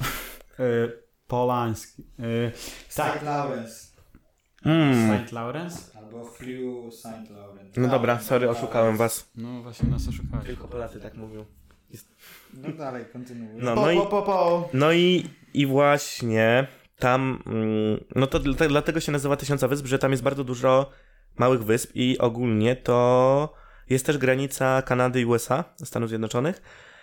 Polański. St. Lawrence. St. Lawrence? Albo Flew St. Lawrence. No dobra, sorry, oszukałem was. No właśnie nas oszukałeś. Tylko Polacy tak mówią. No dalej, kontynuuj. No i właśnie tam, no to dlatego się nazywa Tysiąca Wysp, że tam jest bardzo dużo małych wysp i ogólnie to jest też granica Kanady i USA, Stanów Zjednoczonych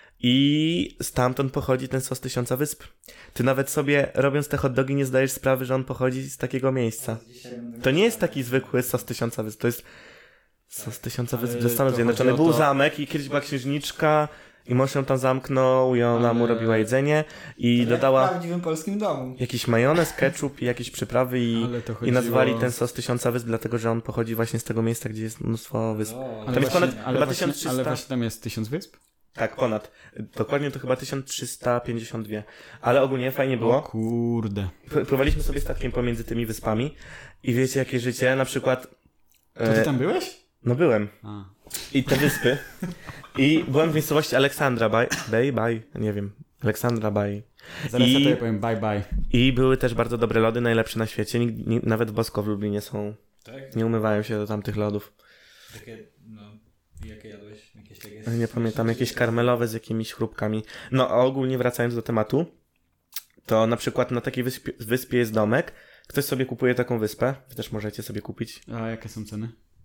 i stamtąd pochodzi ten sos Tysiąca Wysp. Ty nawet sobie robiąc te hot dogi nie zdajesz sprawy, że on pochodzi z takiego miejsca. To nie jest taki zwykły sos Tysiąca Wysp, to jest sos Tysiąca Wysp Ale ze Stanów to Zjednoczonych. chodzi o Był to- zamek i kiedyś była księżniczka i mąż ją tam zamknął i ona mu Ale- robiła jedzenie i Jak w dodała prawdziwym polskim domu. jakiś majonez, ketchup i jakieś przyprawy Ale to i chodziło- nazwali ten sos Tysiąca Wysp, dlatego że on pochodzi właśnie z tego miejsca, gdzie jest mnóstwo wysp. O, Tam jest ponad chyba ale 1300. właśnie tam jest 1000 wysp? Tak, ponad. Dokładnie to chyba 1352. Ale ogólnie fajnie O było. kurde. Pływaliśmy sobie statkiem pomiędzy tymi wyspami i wiecie jakie życie, na przykład... To ty tam byłeś? No byłem. A. I te wyspy. I byłem w miejscowości Aleksandra Bay, nie wiem. Aleksandra Bay. Zaraz I- ja tobie powiem bye bye. I były też bardzo dobre lody, najlepsze na świecie. Nawet w Bosko w Lublinie są. tak? Nie umywają się do tamtych lodów. Takie, no, jakie jadłeś? Jakieś takie... Nie pamiętam, jakieś karmelowe z jakimiś chrupkami. No a ogólnie wracając do tematu, to na przykład na takiej wyspie jest domek. Ktoś sobie kupuje taką wyspę. Wy też możecie sobie kupić. A jakie są ceny?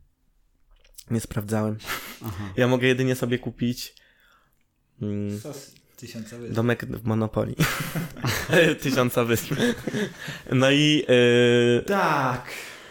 Nie sprawdzałem. Aha. Ja mogę jedynie sobie kupić Sos Tysiąca Wysp. domek w Monopolii. Tysiąca wysp. No i... Tak.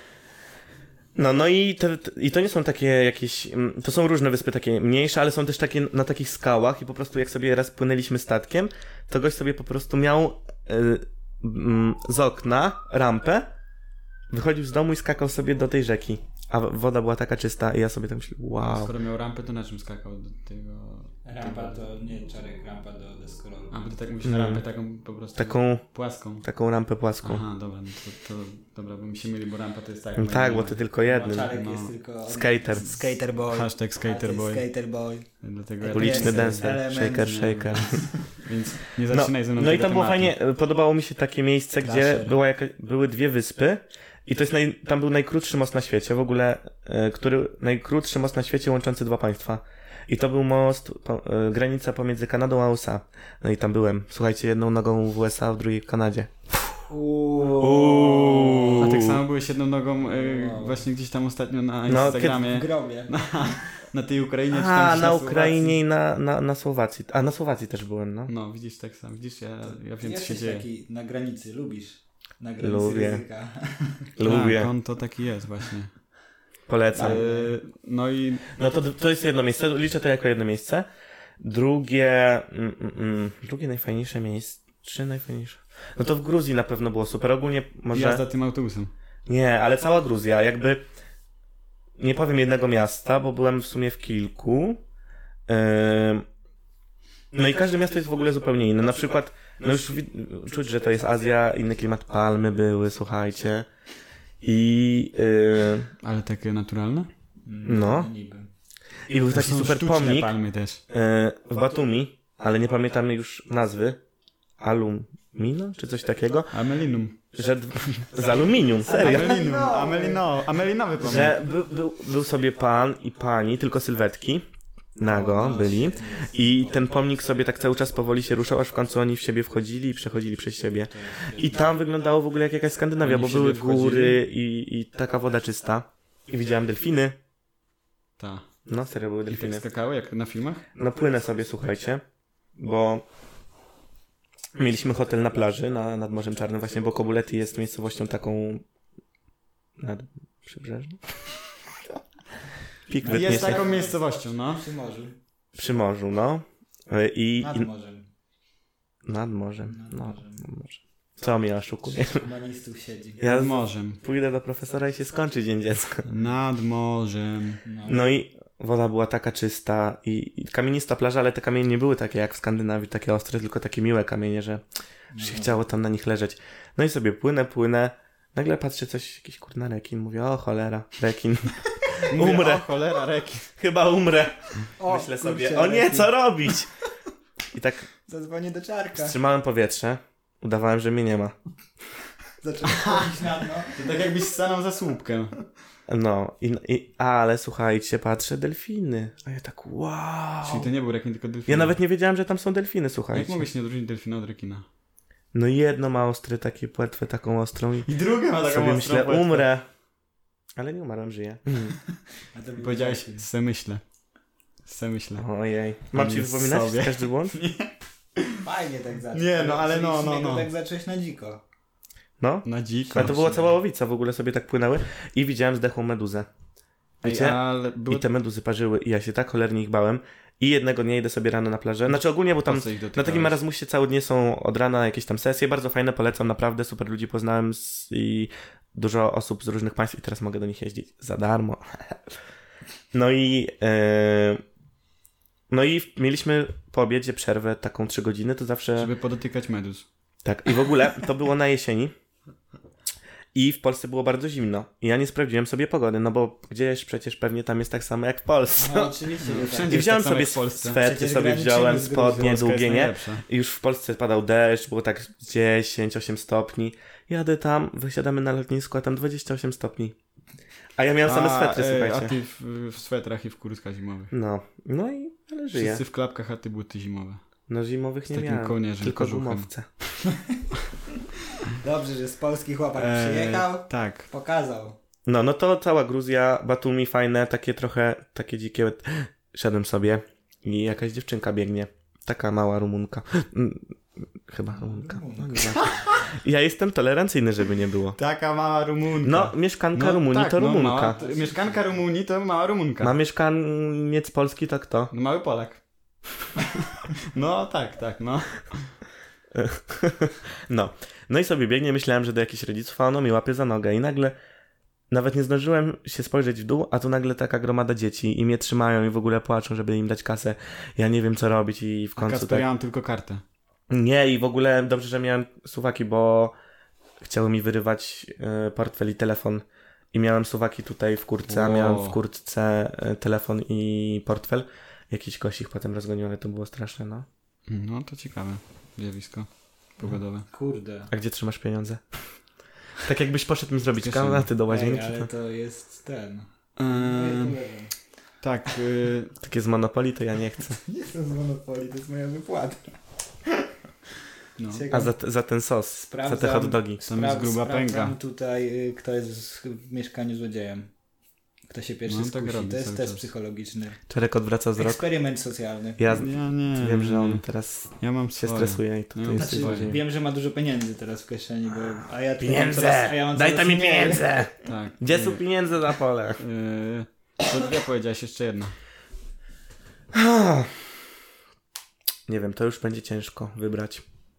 No i to nie są takie jakieś, to są różne wyspy takie mniejsze, ale są też takie na takich skałach i po prostu jak sobie raz płynęliśmy statkiem, to gość sobie po prostu miał z okna rampę, wychodził z domu i skakał sobie do tej rzeki. a woda była taka czysta i ja sobie tam myślę, wow. Skoro miał rampę, to na czym skakał do tego? Rampa to nie czarek, rampa do deskorolki. A, bo ty tak mówisz na rampę taką po prostu płaską. Taką rampę płaską. Aha, dobra, no to dobra, bo mi się myli, bo rampa to jest tak. No tak, bo ty tylko jednym. Czarek jest tylko... Skater. Skaterboy. Hashtag skaterboy. Skaterboy. Dlatego ja Uliczny jest dancer, element, shaker. Więc nie zaczynaj ze mną No i tego tam było tematu. fajnie, podobało mi się takie miejsce, gdzie były 2 wyspy i to jest tam był najkrótszy most na świecie, w ogóle, najkrótszy most na świecie łączący 2 państwa. I to był most, granica pomiędzy Kanadą a USA. No i tam byłem, słuchajcie, jedną nogą w USA, w drugiej w Kanadzie. A tak samo byłeś jedną nogą właśnie gdzieś tam ostatnio na Instagramie. W grobie. Na tej Ukrainie. Czy A, tam na Ukrainie i na Słowacji. A, na Słowacji też byłem, no. No, widzisz, tak samo. Widzisz, ja wiem, co się Jesteś dzieje. taki na granicy, lubisz. Na granicy Lubię. ryzyka. Lubię. Tak, on to taki jest właśnie. Polecam. No i... No to jest jedno miejsce, liczę to jako jedno miejsce. Drugie najfajniejsze miejsce, 3 najfajniejsze. No to w Gruzji na pewno było super, ogólnie może... Jazda tym autobusem. Nie, ale cała Gruzja, jakby... Nie powiem jednego miasta, bo byłem w sumie w kilku. No i każde miasto jest w ogóle zupełnie inne. Na przykład, no już czuć, że to jest Azja, inny klimat, palmy były, słuchajcie. Ale takie naturalne? No. Niby. I był To taki są super sztuczne pomnik palmy też. w Batumi, ale nie pamiętam już nazwy. Alumino, czy coś takiego. Amelinum. Że z aluminium, serio. Amelinowy pomnik. Że był sobie pan i pani, tylko sylwetki. Nago byli. I ten pomnik sobie tak cały czas powoli się ruszał, aż w końcu oni w siebie wchodzili i przechodzili przez siebie. I tam wyglądało w ogóle jak jakaś Skandynawia, Oni bo w siebie były wchodzili? góry i taka woda czysta. I widziałem delfiny. Tak. No serio, były I tak delfiny. skakały jak na filmach? No płynę sobie, słuchajcie, bo mieliśmy hotel na plaży nad Morzem Czarnym, właśnie, bo Kobulety jest miejscowością taką nad przybrzeżną. Pik wytnie Jest się taką miejscowością, no. Przy morzu. przy morzu, no. Nad morzem. Nad morzem, Nad no. morzem. Może. Co mnie oszukuje? Humanistów siedzi. Ja Nad morzem. pójdę do profesora i się skończy Dzień Dziecka. Nad morzem. No i woda była taka czysta i kamienista plaża, ale te kamienie nie były takie jak w Skandynawii, takie ostre, tylko takie miłe kamienie, że się chciało tam na nich leżeć. No i sobie płynę. Nagle patrzę coś, jakiś kurna rekin. Mówię, o cholera, rekin. Umrę. O cholera, rekin. Chyba umrę. O, Myślę sobie, kurczę, o nie, rekin. co robić? I tak Zadzwonię do Czarka. wstrzymałem powietrze. Udawałem, że mnie nie ma. Zacząłem chodzić na dno. To tak jakbyś stanął za słupkiem. No, ale słuchajcie, patrzę, delfiny. A ja tak, wow. Czyli to nie był rekin, tylko delfin. Ja nawet nie wiedziałem, że tam są delfiny, Jak słuchajcie. mogłeś nie odróżnić delfina od rekina? No jedno ma ostry, takie płetwę taką ostrą i I drugie ma taką sobie ostrą myślę, płetwę. umrę. Ale nie umarłem, żyję. A to był Powiedziałeś, delfin. se myślę. Ojej. Mam ci Ani wypominać sobie. każdy błąd? Fajnie tak zacząć. Nie, no, ale no. Tak zacząłeś na dziko. No. Na dziko. A to była cała łowica, w ogóle sobie tak płynęły i widziałem zdechłą meduzę. Wiecie? ale było... I te meduzy parzyły i ja się tak cholernie ich bałem. I jednego dnia idę sobie rano na plażę. Znaczy ogólnie, bo tam Po co ich na dotykałeś? takim Erasmusie całe dnie są od rana jakieś tam sesje. Bardzo fajne, polecam, naprawdę super ludzi poznałem i dużo osób z różnych państw i teraz mogę do nich jeździć za darmo. No i mieliśmy po obiedzie przerwę taką 3 godziny, to zawsze... Żeby podotykać meduz. Tak, i w ogóle to było na jesieni i w Polsce było bardzo zimno. I ja nie sprawdziłem sobie pogody, no bo gdzieś przecież pewnie tam jest tak samo jak w Polsce. No oczywiście, że tak. Wszędzie I wziąłem jest tak samo sobie jak w Polsce. swety, Przecież sobie graniczymy wziąłem z spodnie Polska jest długie, nie? najlepsza. I już w Polsce padał deszcz, było tak 10-8 stopni. Jadę tam, wysiadamy na lotnisku, a tam 28 stopni. A ja miałem same swetry, A słuchajcie. ty w swetrach i w kurtkach zimowych. No i ale żyję. Wszyscy w klapkach, a ty buty zimowe. No zimowych nie takim miałem, kołnierzem, tylko kożuchem. gumowce. Dobrze, że z Polski chłopak przyjechał, Tak. pokazał. No to cała Gruzja, Batumi fajne, takie trochę, takie dzikie. Szedłem sobie i jakaś dziewczynka biegnie. Taka mała Rumunka. Chyba Rumunka. No, nie wiem. Ja jestem tolerancyjny, żeby nie było. Taka mała Rumunka. No, mieszkanka Rumunii to Rumunka. Mieszkanka Rumunii to mała Rumunka. Ma mieszkaniec Polski to kto? No mały Polak. No tak, no. No i sobie biegnie, myślałem, że do jakichś rodziców, a ono mi łapie za nogę i nagle Nawet nie zdążyłem się spojrzeć w dół, a tu nagle taka gromada dzieci i mnie trzymają i w ogóle płaczą, żeby im dać kasę. Ja nie wiem, co robić i w końcu Kasper, ja mam tylko kartę. Nie, i w ogóle dobrze, że miałem suwaki, bo chciały mi wyrywać portfel i telefon. I miałem suwaki tutaj w kurtce, a miałem w kurtce telefon i portfel. Jakiś gość ich potem rozgonił, ale to było straszne, no. No to ciekawe zjawisko pogodowe. Kurde. A gdzie trzymasz pieniądze? Tak jakbyś poszedł mi zrobić Kieszeni. kawę, a ty do łazienki. Ej, ale To... to jest ten. Tak, Takie z Monopoly to ja nie chcę. Nie jestem z Monopoly, to jest moja wypłata. no. A za ten sos, za te hot dogi. Tam jest gruba pęga. Sprawdzam tutaj, kto jest w mieszkaniu złodziejem. Kto się pierwszy No, tak skusi. robi To jest cały test czas. psychologiczny. Czarek odwraca wzrok. Eksperyment socjalny. Ja nie. wiem, że on teraz Ja mam się swoje. stresuje i to Ja jest mam Znaczy, swoje. wiem, że ma dużo pieniędzy teraz w kieszeni, bo... A ja tu mam Pieniądze! coraz- a ja mam Daj coraz tam mi mniej. pieniądze! Tak. Gdzie są pieniądze na pole? To dwie powiedziałeś, jeszcze jedna. Nie wiem, to już będzie ciężko wybrać.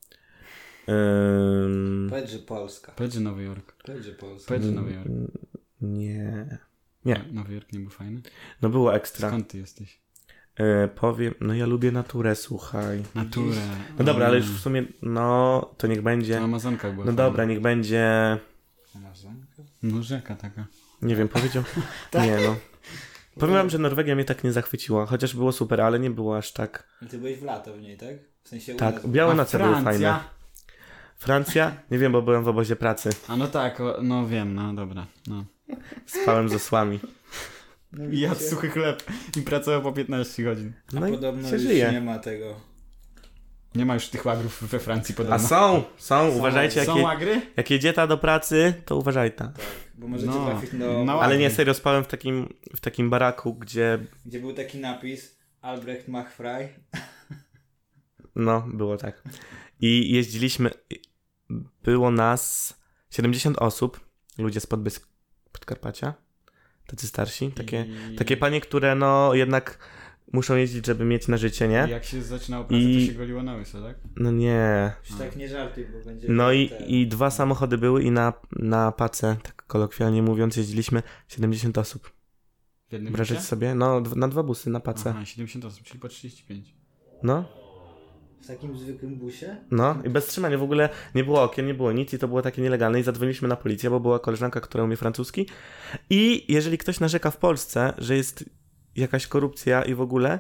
Powiedz, że Polska. Powiedz, że Nowy Jork. Powiedz, że Polska. Powiedz, że Nowy Jork. Nie. Nie. Nowy Jork nie był fajny? No było ekstra. Skąd ty jesteś? Powiem, no ja lubię naturę, słuchaj. Naturę. No dobra, ale już w sumie, no to niech To będzie. Amazonka była No fajna. dobra, niech będzie. Amazonka? No rzeka taka. Nie wiem, powiedział. Nie no. Powiem wam, że Norwegia mnie tak nie zachwyciła, chociaż było super, ale nie było aż tak. I ty byłeś w lato w niej, tak? W sensie u Tak, nas. białe A noce były Francja? fajne. Francja? Nie wiem, bo byłem w obozie pracy. A no tak, no wiem, no dobra. No. Spałem z osłami. No, I jadł widzicie? suchy chleb i pracował po 15 godzin. A No i podobno się już żyje. nie ma tego. Nie ma już tych łagrów we Francji A podobno. są, uważajcie, jak, Są łagry? jak jedzieta do pracy, to uważajcie. Tak, bo możecie No, trafić do... no Ale nie, łagry. serio, spałem w takim baraku, gdzie, Gdzie był taki napis Albrecht macht frei. no, było tak. I jeździliśmy, było nas 70 osób, ludzie z Podkarpacia, tacy starsi, takie panie, które no jednak muszą jeździć, żeby mieć na życie, nie? Jak się zaczynało pracę, I- to się goliło na łyso, tak? No nie. Już tak nie żartuj, bo będzie... No ten- i 2 samochody były i na pacę, tak kolokwialnie mówiąc, jeździliśmy 70 osób. W jednym Wyobrażacie busie? sobie? No, na 2 busy na pacę. Aha, 70 osób, czyli po 35. No, W takim zwykłym busie? no i bez trzymania, w ogóle nie było okien, nie było nic i to było takie nielegalne i zadzwoniliśmy na policję, bo była koleżanka, która umie francuski i jeżeli ktoś narzeka w Polsce, że jest jakaś korupcja i w ogóle,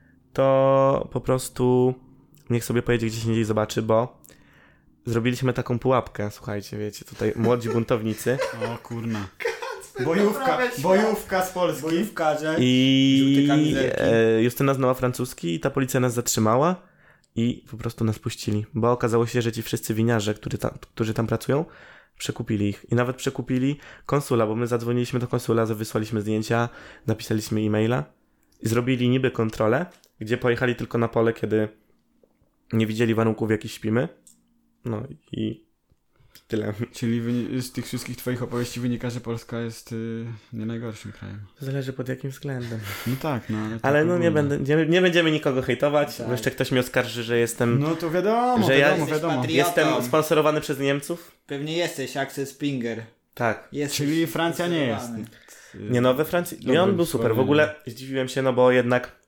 to po prostu niech sobie pojedzie gdzieś indziej zobaczy, bo zrobiliśmy taką pułapkę, słuchajcie, wiecie, tutaj młodzi buntownicy O kurna. Bojówka z Polski. Bojówkarze. Żółte i kamizelki. Justyna znała francuski i ta policja nas zatrzymała i po prostu nas puścili, bo okazało się, że ci wszyscy winiarze, którzy tam pracują, przekupili ich i nawet przekupili konsula, bo my zadzwoniliśmy do konsula, wysłaliśmy zdjęcia, napisaliśmy e-maila i zrobili niby kontrolę, gdzie pojechali tylko na pole, kiedy nie widzieli warunków, w jakich śpimy. No i tyle. Czyli z tych wszystkich twoich opowieści wynika, że Polska jest nie najgorszym krajem. Zależy pod jakim względem. No tak, no ale... Ale tak no ogólnie. nie będziemy nikogo hejtować, Tak. bo jeszcze ktoś mnie oskarży, że jestem, No to wiadomo, Że ja- wiadomo, wiadomo. Jesteś jestem sponsorowany przez Niemców. Pewnie jesteś Axel Springer. Tak. Jesteś Czyli Francja nie jest. sponsorowany. Nie no, we Francji. Dobry I on był super. W wspomnienie. ogóle zdziwiłem się, no bo jednak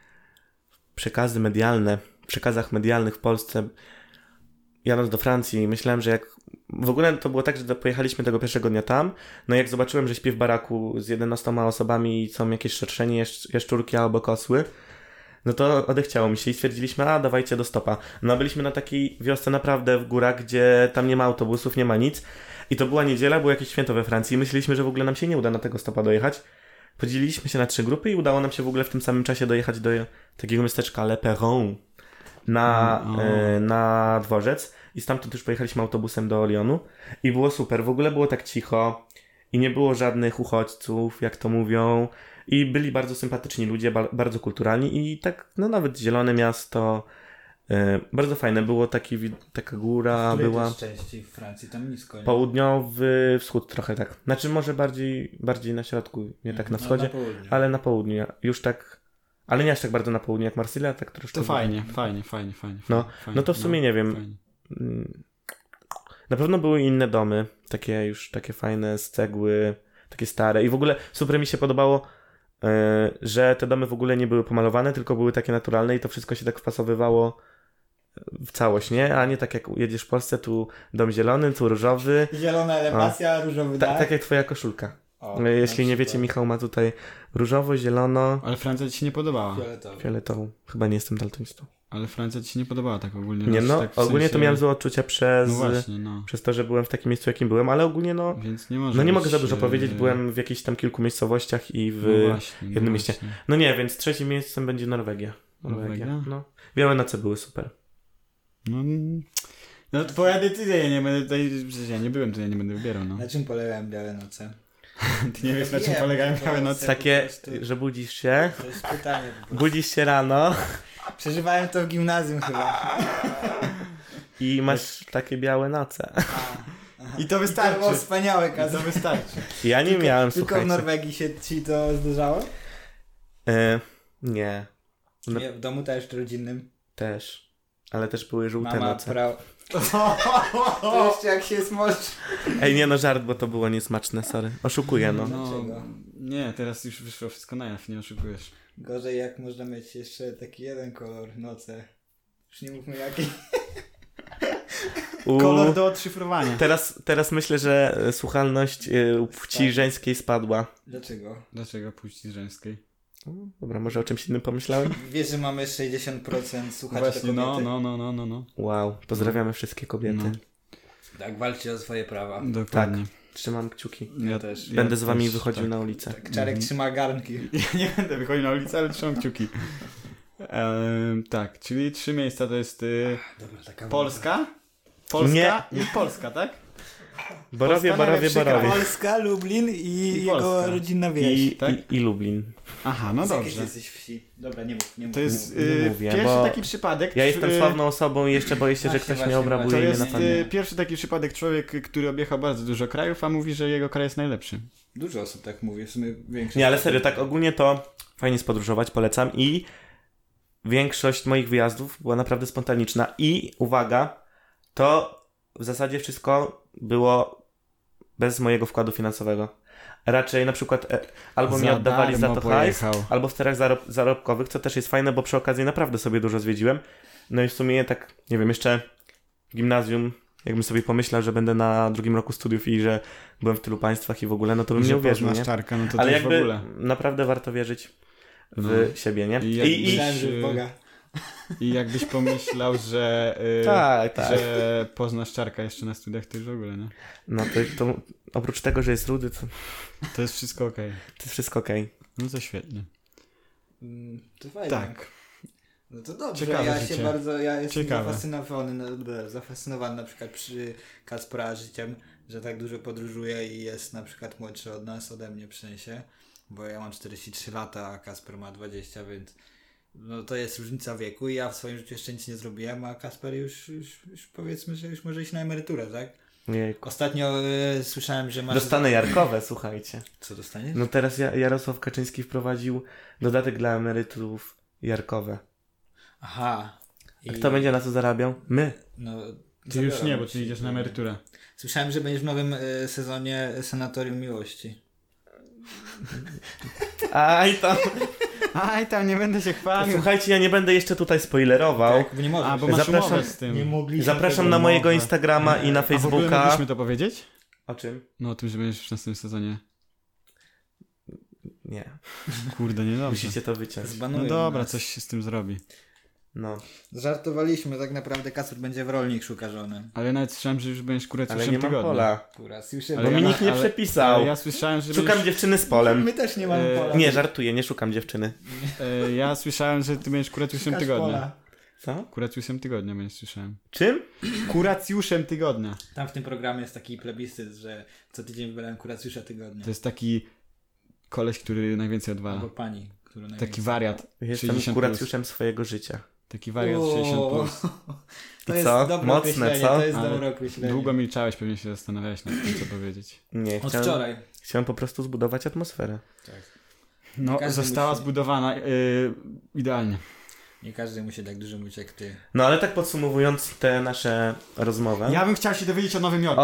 w przekazach medialnych w Polsce, jadąc do Francji, myślałem, że jak. W ogóle to było tak, że pojechaliśmy tego pierwszego dnia tam. No jak zobaczyłem, że śpię w baraku z 11 osobami i są jakieś szerszenie, jaszczurki albo kosły, no to odechciało mi się i stwierdziliśmy, a dawajcie do stopa. No byliśmy na takiej wiosce naprawdę w górach, gdzie tam nie ma autobusów, nie ma nic. I to była niedziela, było jakieś święto we Francji i myśleliśmy, że w ogóle nam się nie uda na tego stopa dojechać. Podzieliliśmy się na 3 grupy i udało nam się w ogóle w tym samym czasie dojechać do takiego miasteczka Le Perron na dworzec i stamtąd już pojechaliśmy autobusem do Lyonu i było super. W ogóle było tak cicho i nie było żadnych uchodźców, jak to mówią, i byli bardzo sympatyczni ludzie, bardzo kulturalni i tak, no nawet zielone miasto, bardzo fajne. Było taka góra, Której to była jest części w Francji? Tam nisko, nie? południowy wschód trochę tak. Znaczy może bardziej na środku, nie tak na wschodzie, Na południu. ale na południu. Już tak, ale nie aż tak bardzo na południu jak Marsylia, tak troszkę. To fajnie. No, no to w sumie nie wiem. Fajnie. Na pewno były inne domy, takie fajne z cegły. takie stare. I w ogóle super mi się podobało, że te domy w ogóle nie były pomalowane, tylko były takie naturalne i to wszystko się tak wpasowywało w całość, nie? A nie tak jak jedziesz w Polsce, tu dom zielony, tu różowy. Zielona elewacja, różowy dach. Tak jak twoja koszulka. O, Jeśli nie wiecie, Michał ma tutaj różowo, zielono, Ale Francja ci się nie podobała. fioletową. Chyba nie jestem daltonistą. Ale Francja ci się nie podobała tak ogólnie. Nie, no, tak w ogólnie to sensie- miałem złe odczucia No właśnie, przez to, że byłem w takim miejscu, jakim byłem, ale ogólnie no... Więc nie może No nie być, mogę za dużo powiedzieć, byłem w jakichś tam kilku miejscowościach i w jednym mieście. Właśnie. No nie, więc trzecim miejscem będzie Norwegia. Norwegia? No. Białe noce były super. No twoja decyzja, ja nie będę tutaj, przecież ja nie byłem tutaj, nie będę wybierał, no. Na czym polegają białe noce? Ty nie wiesz, na czym Wiem, polegają po białe prostu. noce. Takie, po prostu- że budzisz się, To jest pytanie po prostu. budzisz się rano Przeżywałem to w gimnazjum chyba. i masz takie białe noce. I to To wystarczy. było wspaniałe, I to Kazu. wystarczy. Ja nie miałem, Tylko w słuchajcie. Norwegii się ci to zdarzało? Nie, No. Nie, w domu też rodzinnym. też. Ale też były żółte Mama noce. To jeszcze jak się smoczy. Ej, nie no, żart, bo to było niesmaczne, sorry. Oszukuję, no. No, Dlaczego? nie, teraz już wyszło wszystko na jaw, nie oszukujesz. Gorzej jak można mieć jeszcze taki jeden kolor, noce. Już nie mówmy jaki. Kolor do odszyfrowania. Teraz myślę, że słuchalność płci żeńskiej spadła. Dlaczego? Dlaczego płci żeńskiej? Dobra, może o czymś innym pomyślałem? Wiesz, że mamy 60% słuchaczy Właśnie, kobiety? no. Wow, pozdrawiamy wszystkie kobiety. No. Tak, walczcie o swoje prawa. Dokładnie. Trzymam kciuki. Ja też. Będę z wami też, wychodził tak. na ulicę. Tak, Czarek trzyma garnki. Ja nie będę wychodził na ulicę, ale trzymam kciuki. Tak, czyli 3 miejsca to jest Dobra, taka Polska, i Polska, tak? Borowie. Polska, Lublin i jego Polska. rodzinna wieś. tak? I Lublin. Aha, no Z jakiej dobrze. ty jesteś wsi? Dobra, nie mów. To jest Nie mówię, pierwszy bo taki przypadek. Ja jestem sławną osobą i jeszcze boję się, że Właśnie, ktoś właśnie, mnie To obrabuje i mnie jest napadnie. pierwszy taki przypadek człowiek, który objechał bardzo dużo krajów, a mówi, że jego kraj jest najlepszy. Dużo osób tak mówi, w sumie większość. Nie, ale serio, tak ogólnie to fajnie jest podróżować, polecam i większość moich wyjazdów była naprawdę spontaniczna i uwaga, to w zasadzie wszystko było bez mojego wkładu finansowego. Raczej na przykład albo mi oddawali za to hajs, albo w celach zarobkowych, co też jest fajne, bo przy okazji naprawdę sobie dużo zwiedziłem. No i w sumie tak, nie wiem, jeszcze w gimnazjum, jakbym sobie pomyślał, że będę na drugim roku studiów i że byłem w tylu państwach i w ogóle, no to bym nie uwierzył, nie? Czarka, no to Ale też jakby w ogóle. naprawdę warto wierzyć w No. siebie, nie? I Myślałem, że w Boga. I jakbyś pomyślał, że, Tak. że poznasz Czarka jeszcze na studiach, to już w ogóle, nie? No to oprócz tego, że jest rudy, To jest wszystko okej. to jest wszystko okej. No to świetnie. To fajnie. Tak. No to dobrze, Ciekawe ja życie. jestem Ciekawe. zafascynowany na przykład przy Kacpra życiem, że tak dużo podróżuje i jest na przykład młodszy od nas, ode mnie w sensie, bo ja mam 43 lata, a Kacper ma 20, więc no to jest różnica wieku i ja w swoim życiu jeszcze nic nie zrobiłem, a Kacper już powiedzmy, że już może iść na emeryturę, tak? Jejku. Ostatnio słyszałem, że masz... Dostanę Jarkowe, słuchajcie. Co dostaniesz? No teraz Jarosław Kaczyński wprowadził dodatek dla emerytów Jarkowe. Aha. A kto będzie na co zarabiał? My. No, Ty już nie, zabiorą bo ty ci. idziesz na emeryturę. Słyszałem, że będziesz w nowym sezonie Sanatorium Miłości. Aj tam. Aj, tam nie będę się chwalił. Słuchajcie, ja nie będę jeszcze tutaj spoilerował. Tak, bo nie możesz. A, bo masz Zapraszam- umowę z tym. Nie mogliśmy Zapraszam tego na mojego umowę. Instagrama i na A w ogóle Facebooka. mogliśmy to powiedzieć? O czym? No o tym, że będziesz w następnym sezonie. Nie. Kurde, nie dobrze. Musicie to wyciąć. Zbanują No dobra, nas. coś się z tym zrobi. No. Żartowaliśmy, tak naprawdę Kacper będzie w rolnik szuka żony. Ale ja nawet słyszałem, że już będziesz Ale kuracjuszem nie mam tygodnia. pola. Kura, słyszymy. Ale Bo ja mi na- nikt nie ale- przepisał. Ale ja słyszałem, że Szukam będziesz, dziewczyny z polem. My też nie mamy pola. Nie, żartuję, nie szukam dziewczyny. ja słyszałem, że ty będziesz kuracjuszem Szukasz tygodnia. pola. Co? Kuracjuszem tygodnia będziesz słyszałem. Czym? Kuracjuszem tygodnia. Tam w tym programie jest taki plebiscyt, że co tydzień wybieram kuracjusza tygodnia. To jest taki koleś, który najwięcej odwala. Albo pani, która Taki wariat. Jestem 60+. kuracjuszem swojego życia. Taki wariat 60+. To I jest co? dobre Mocne, określenie, co? to jest Ale dobre określenie. Długo milczałeś, pewnie się zastanawiałeś nad tym, co powiedzieć. Nie, Od wczoraj. chciałem po prostu zbudować atmosferę. No, Każdy została musi- zbudowana idealnie. Nie każdy musi tak dużo mówić jak ty. No ale tak podsumowując tę nasze rozmowę. Ja bym chciał się dowiedzieć o Nowym Jorku. O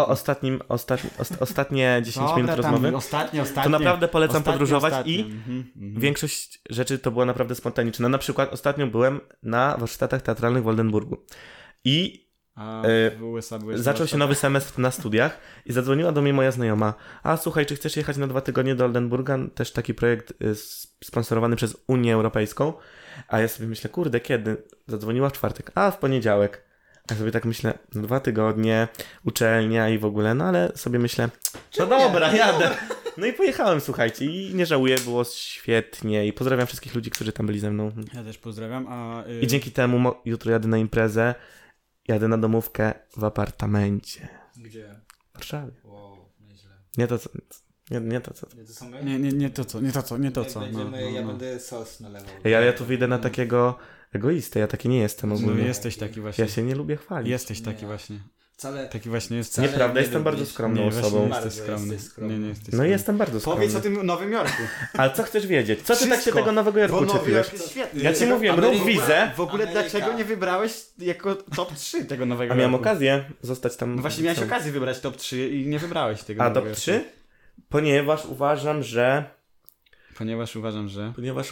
ostatnie 10 minut tam rozmowy. Ostatnie. To naprawdę polecam podróżować i Mhm. większość rzeczy to była naprawdę spontaniczna. Na przykład ostatnio byłem na warsztatach teatralnych w Oldenburgu. I A w USA zaczął się nowy semestr na studiach i zadzwoniła do mnie moja znajoma. A słuchaj, czy chcesz jechać na 2 tygodnie do Oldenburga? Też taki projekt sponsorowany przez Unię Europejską. A ja sobie myślę, kurde, kiedy? Zadzwoniła w czwartek, a w poniedziałek. A ja sobie tak myślę, 2 tygodnie, uczelnia i w ogóle, no ale sobie myślę, no dobra, jadę. No i pojechałem, słuchajcie, i nie żałuję, było świetnie i pozdrawiam wszystkich ludzi, którzy tam byli ze mną. Ja też pozdrawiam. I dzięki temu jutro jadę na imprezę, jadę na domówkę w apartamencie. Gdzie? W Warszawie. Wow, nieźle. Nie to co. Nie to co. Nie to są my? Nie to co. Ja będę sos nalewał. Ej, ale ja tu wyjdę na takiego egoistę, ja taki nie jestem No ogólnie. jesteś taki właśnie. Ja się nie lubię chwalić. Jesteś taki właśnie. Wcale... Taki właśnie jest. Wcale Nieprawda, nie jestem bardzo lubisz. skromną Nie, właśnie osobą. nie Bardzo jesteś skromny. jesteś skromny. Nie jesteś No skromny. jestem bardzo skromny. Powiedz o tym Nowym Jorku. Ale co chcesz wiedzieć? Co ty tak się Wszystko. tego Nowego Jorku Bo Nowy czepiłeś? Jork jest świetny. Ja ci mówiłem, rób wizę. W ogóle Ameryka. dlaczego nie wybrałeś jako top 3 tego Nowego A miałem Jorku? okazję zostać tam. No właśnie miałeś okazję wybrać top 3 i nie wybrałeś tego A Nowego top Jorku. 3? Ponieważ uważam, że Ponieważ uważam, że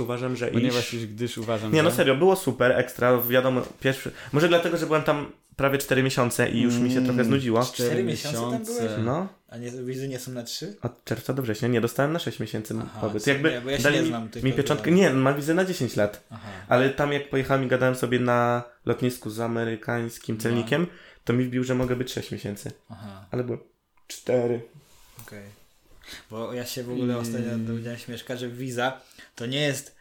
gdyż uważam, Nie, że... no serio, było super, ekstra, wiadomo, pierwszy... Może dlatego, że byłem tam prawie 4 miesiące i już mi się trochę znudziło. 4 miesiące tam byłeś? No, A nie, wizy nie są na 3? od czerwca do września. Nie, dostałem na 6 miesięcy Aha, pobyt. co? Jakby Nie, bo ja się dali nie mi, znam tylko mi pieczątkę. do- Nie, ma wizę na 10 lat. Aha. Ale tam jak pojechałem i gadałem sobie na lotnisku z amerykańskim celnikiem, to mi wbił, że mogę być 6 miesięcy. Aha, Ale byłem 4. okej. Bo ja się w ogóle ostatnio dowiedziałem śmieszka, że wiza to nie jest,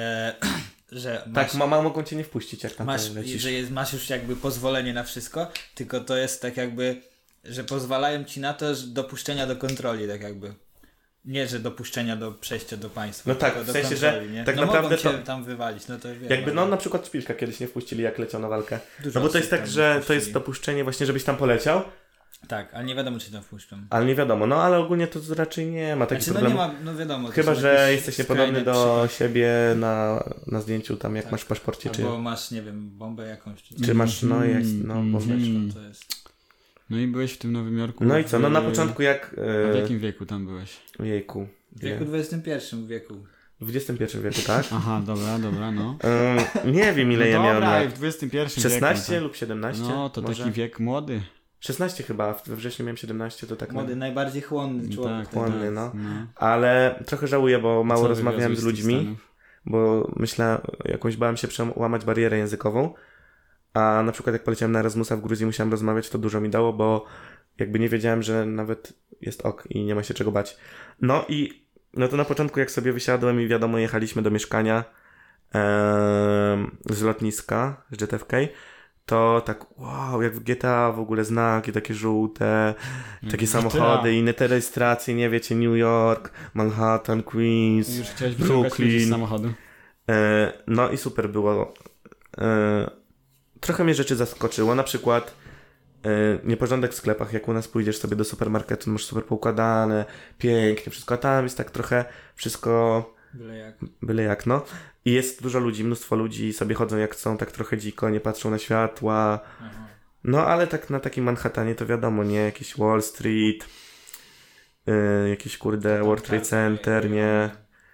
że masz, Tak, mama mogą cię nie wpuścić, jak tam masz, lecisz. że masz już jakby pozwolenie na wszystko, tylko to jest tak jakby, że pozwalają ci na to, że dopuszczenia do kontroli, tak jakby. Nie, że dopuszczenia do przejścia do państwa. No tak, tylko w do sensie, że kontroli, nie? tak no naprawdę mogą cię to- tam wywalić, no to wiem. Jakby, no ale na przykład Szpilka kiedyś nie wpuścili, jak leciał na walkę. dużo No bo to jest osób tak, tam że to wpuścili. jest dopuszczenie właśnie, żebyś tam poleciał, Tak, ale nie wiadomo, czy tam wpuszczą. ale nie wiadomo. No ale ogólnie to raczej nie ma takich Znaczy, no nie problemów. ma, no wiadomo. to Chyba, są że jakieś jesteś niepodobny skrajne do siebie na zdjęciu tam, jak Tak. masz w paszporcie, czy, Albo masz, nie wiem, bombę jakąś. czy masz, no jest, no bo Ciężko to jest. No i byłeś w tym Nowym Jorku. No i co, no na początku jak... A w jakim wieku tam byłeś? Jejku. W wieku XXI wieku. W XXI wieku, tak? Aha, dobra, no. Nie wiem ile ja No miałem dobra, i lat. w XXI wieku. 16 tak. lub 17? No, to może? taki wiek młody. 16 chyba, we wrześniu miałem 17, to tak... Młody, najbardziej chłonny człowiek. Tak, chłonny, tak, no. Ale trochę żałuję, bo mało Co rozmawiałem z wywiozłeś tych ludźmi. Stanów? Bo myślę, jakąś bałem się przełamać barierę językową, a na przykład jak poleciałem na Erasmusa w Gruzji, musiałem rozmawiać, to dużo mi dało, bo jakby nie wiedziałem, że nawet jest ok i nie ma się czego bać. No i no to na początku jak sobie wysiadłem i wiadomo jechaliśmy do mieszkania z lotniska, z JFK, to tak wow, jak w GTA w ogóle znaki takie żółte, takie samochody, inne te rejestracje, nie wiecie, New York, Manhattan, Queens, Już chciałeś wyciągać ludzi z Brooklyn. samochodu. No i super było. Trochę mnie rzeczy zaskoczyło, na przykład nieporządek w sklepach, jak u nas pójdziesz sobie do supermarketu, masz super poukładane, pięknie wszystko, a tam jest tak trochę wszystko byle jak, no. I jest dużo ludzi, mnóstwo ludzi sobie chodzą jak chcą, tak trochę dziko, nie patrzą na światła. Aha. No ale tak na takim Manhattanie to wiadomo, nie? Jakiś Wall Street, jakiś kurde World Trade Center, nie?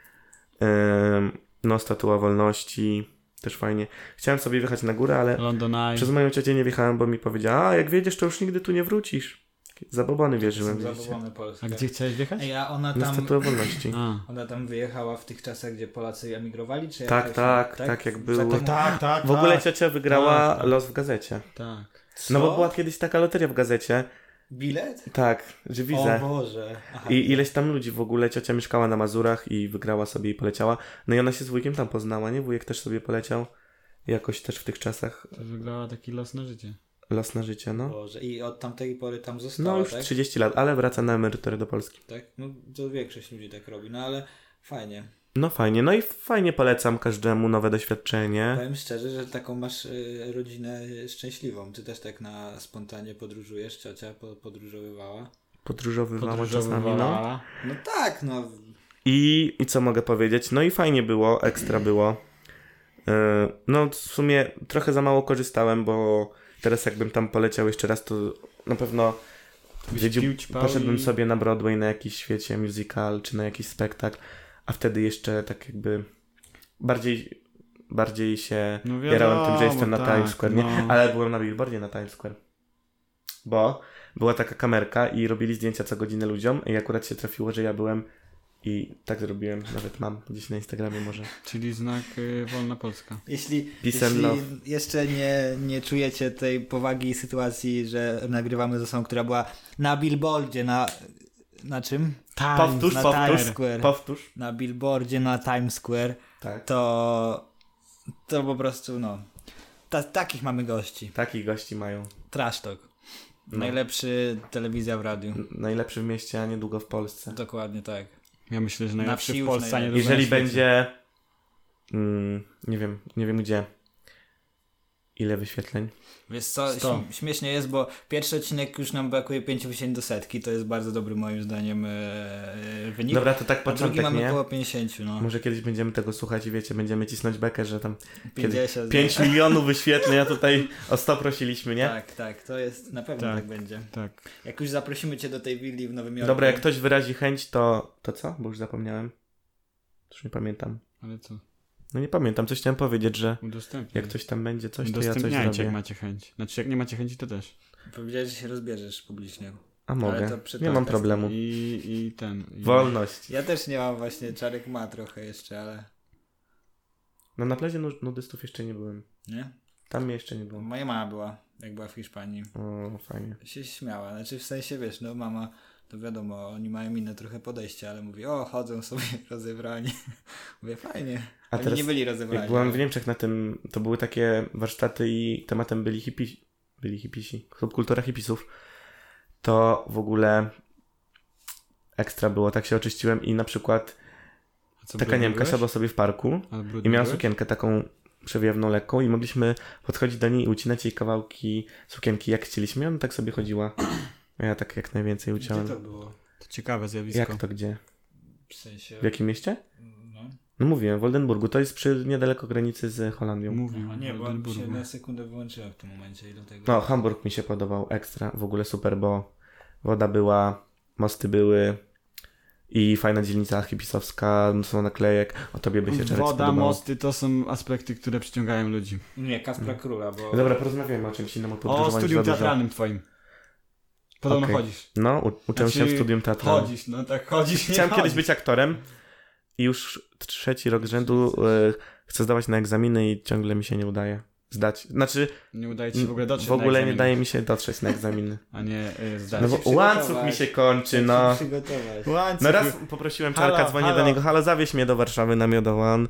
No Statua Wolności, też fajnie. Chciałem sobie wjechać na górę, ale London Eye. przez moją ciocię nie wjechałem, bo mi powiedziała, a jak wiedziesz, to już nigdy tu nie wrócisz. Zabobony wierzyłem, wiecie. Zabobony Polskie. A gdzie chciałeś wjechać? Ej, a ona Na tam, Statuę Wolności. A. ona tam wyjechała w tych czasach, gdzie Polacy emigrowali? Czy Tak, jakoś- tak, jak Za było. taką- tak. W ogóle ciocia wygrała Tak. los w gazecie. Tak. No bo Co? była kiedyś taka loteria w gazecie. Bilet? Tak, że wizę. O Boże. Aha. I ileś tam ludzi w ogóle, ciocia mieszkała na Mazurach i wygrała sobie i poleciała. No i ona się z wujkiem tam poznała, nie? Wujek też sobie poleciał. Jakoś też w tych czasach To wygląda taki los na życie. los na życie, no. Boże. I od tamtej pory tam została, No już tak? 30 lat, ale wraca na emeryturę do Polski. Tak? No to większość ludzi tak robi, no ale fajnie. No fajnie, no i fajnie polecam każdemu nowe doświadczenie. Powiem szczerze, że taką masz rodzinę szczęśliwą. Ty też tak na spontanie podróżujesz, ciocia podróżowywała. Podróżowywała czasami, no. No tak, no. I co mogę powiedzieć? No i fajnie było, ekstra było. No w sumie trochę za mało korzystałem, bo teraz jakbym tam poleciał jeszcze raz, to na pewno poszedłbym sobie na Broadway na jakiś świecie musical, czy na jakiś spektakl, a wtedy jeszcze tak jakby bardziej się jarałem tym, że jestem na Times Square, nie? Ale byłem na billboardzie na Times Square. Bo była taka kamerka i robili zdjęcia co godzinę ludziom i akurat się trafiło, że ja byłem i tak zrobiłem, nawet mam gdzieś na Instagramie może. Czyli znak Wolna Polska. Jeśli love. jeszcze nie czujecie tej powagi sytuacji, że nagrywamy ze sobą, która była na billboardzie, na czym? Powtórz. Na billboardzie na Times Square, Tak. to po prostu takich mamy gości. Takich gości mają. Trash Talk. No. Najlepszy telewizja w radiu. Najlepszy w mieście, a niedługo w Polsce. Dokładnie tak. Ja myślę, że najlepszy wsi w Polsce, a nie jeżeli będzie nie wiem gdzie, ile wyświetleń. Wiesz co, śmiesznie jest, bo pierwszy odcinek już nam brakuje 5000 do setki, to jest bardzo dobry moim zdaniem wynik. Dobra, to tak a drugi początek, mamy nie? około 50, no. Może kiedyś będziemy tego słuchać i wiecie, będziemy cisnąć bekę, że tam 50, 5 milionów wyświetleń, a tutaj o 100 prosiliśmy, nie? Tak, to jest, na pewno tak będzie. Tak. Jak już zaprosimy cię do tej willi w Nowym Jorku. Dobra, jak ktoś wyrazi chęć, to co? Bo już zapomniałem. Już nie pamiętam. Ale co? No nie pamiętam, coś chciałem powiedzieć, że Udostępniaj. jak coś tam będzie, coś, to ja coś Udostępniajcie, zrobię. jak macie chęć. Znaczy, jak nie macie chęci, to też. Powiedziałeś, że się rozbierzesz publicznie. A mogę, Ale to przy nie mam podcastie. problemu. I Wolność. Ja też nie mam właśnie, Czarek ma trochę jeszcze, ale... No na plazie nudystów jeszcze nie byłem. Nie? Tam mnie jeszcze nie było. Moja mama była, jak była w Hiszpanii. O, fajnie. Się śmiała, znaczy w sensie, wiesz, no mama, to wiadomo, oni mają inne trochę podejście, ale mówi, chodzą sobie rozebrani. Mówię, fajnie. A Oni teraz, nie byli rozebrani. jak byłem w Niemczech na tym, to były takie warsztaty i tematem byli hipisi, subkultura hipisów, to w ogóle ekstra było, tak się oczyściłem i na przykład taka Niemka siadła sobie w parku i miała sukienkę taką przewiewną, lekką i mogliśmy podchodzić do niej i ucinać jej kawałki sukienki jak chcieliśmy, ona tak sobie chodziła. Ja tak jak najwięcej uciąłem. Gdzie to było? To ciekawe zjawisko. Jak to gdzie? W sensie... W jakim mieście? No. No mówiłem, w Oldenburgu, to jest niedaleko granicy z Holandią. Mówił. Nie, bo się na sekundę wyłączyłem w tym momencie i dlatego... No, Hamburg mi się podobał ekstra, w ogóle super, bo woda była, mosty były i fajna dzielnica hipisowska, mnóstwo naklejek, o tobie by się Czarek Woda, spodobało. mosty to są aspekty, które przyciągają ludzi. Nie, Kaspra Króla, bo... No dobra, porozmawiajmy o czymś innym, o O podróżowaniu studium za dużo. teatralnym twoim. Podobno Okej. chodzisz. No, uczę się w studium teatralnym. Chodzisz, no tak chodzisz, nie Chciałem chodzisz. kiedyś być aktorem i już 3. rok z rzędu chcę zdawać na egzaminy i ciągle mi się nie udaje zdać. Znaczy, Nie udaje ci się w ogóle dotrzeć w ogóle na nie egzamin, daje mi się dotrzeć na egzaminy. a nie zdać. No bo przygotować. łańcuch mi się kończy, Trzeba no. się przygotować. Łańcuch. No raz poprosiłem Czarka, Halo, dzwonię halo. do niego, halo, zawieź mnie do Warszawy na Miodowan.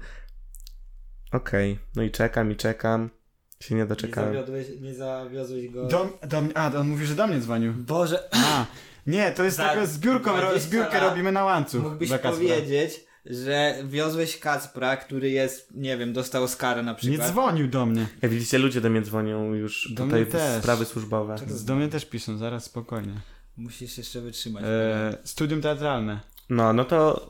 Okej, no i czekam. Się nie doczekałem. Nie zawiozłeś go... On mówi, że do mnie dzwonił. Boże, Nie, to jest Za taka 20 zbiórkę lat robimy na łańcuch. mógłbyś dla Kacpra. powiedzieć, że wiozłeś Kacpra, który jest, nie wiem, dostał Oscara na Nie przykład. dzwonił do mnie. Jak widzicie, ludzie do mnie dzwonią już Do tutaj mnie też. w sprawy służbowe. Do mnie też piszą, zaraz spokojnie. Musisz jeszcze wytrzymać. Studium teatralne. No to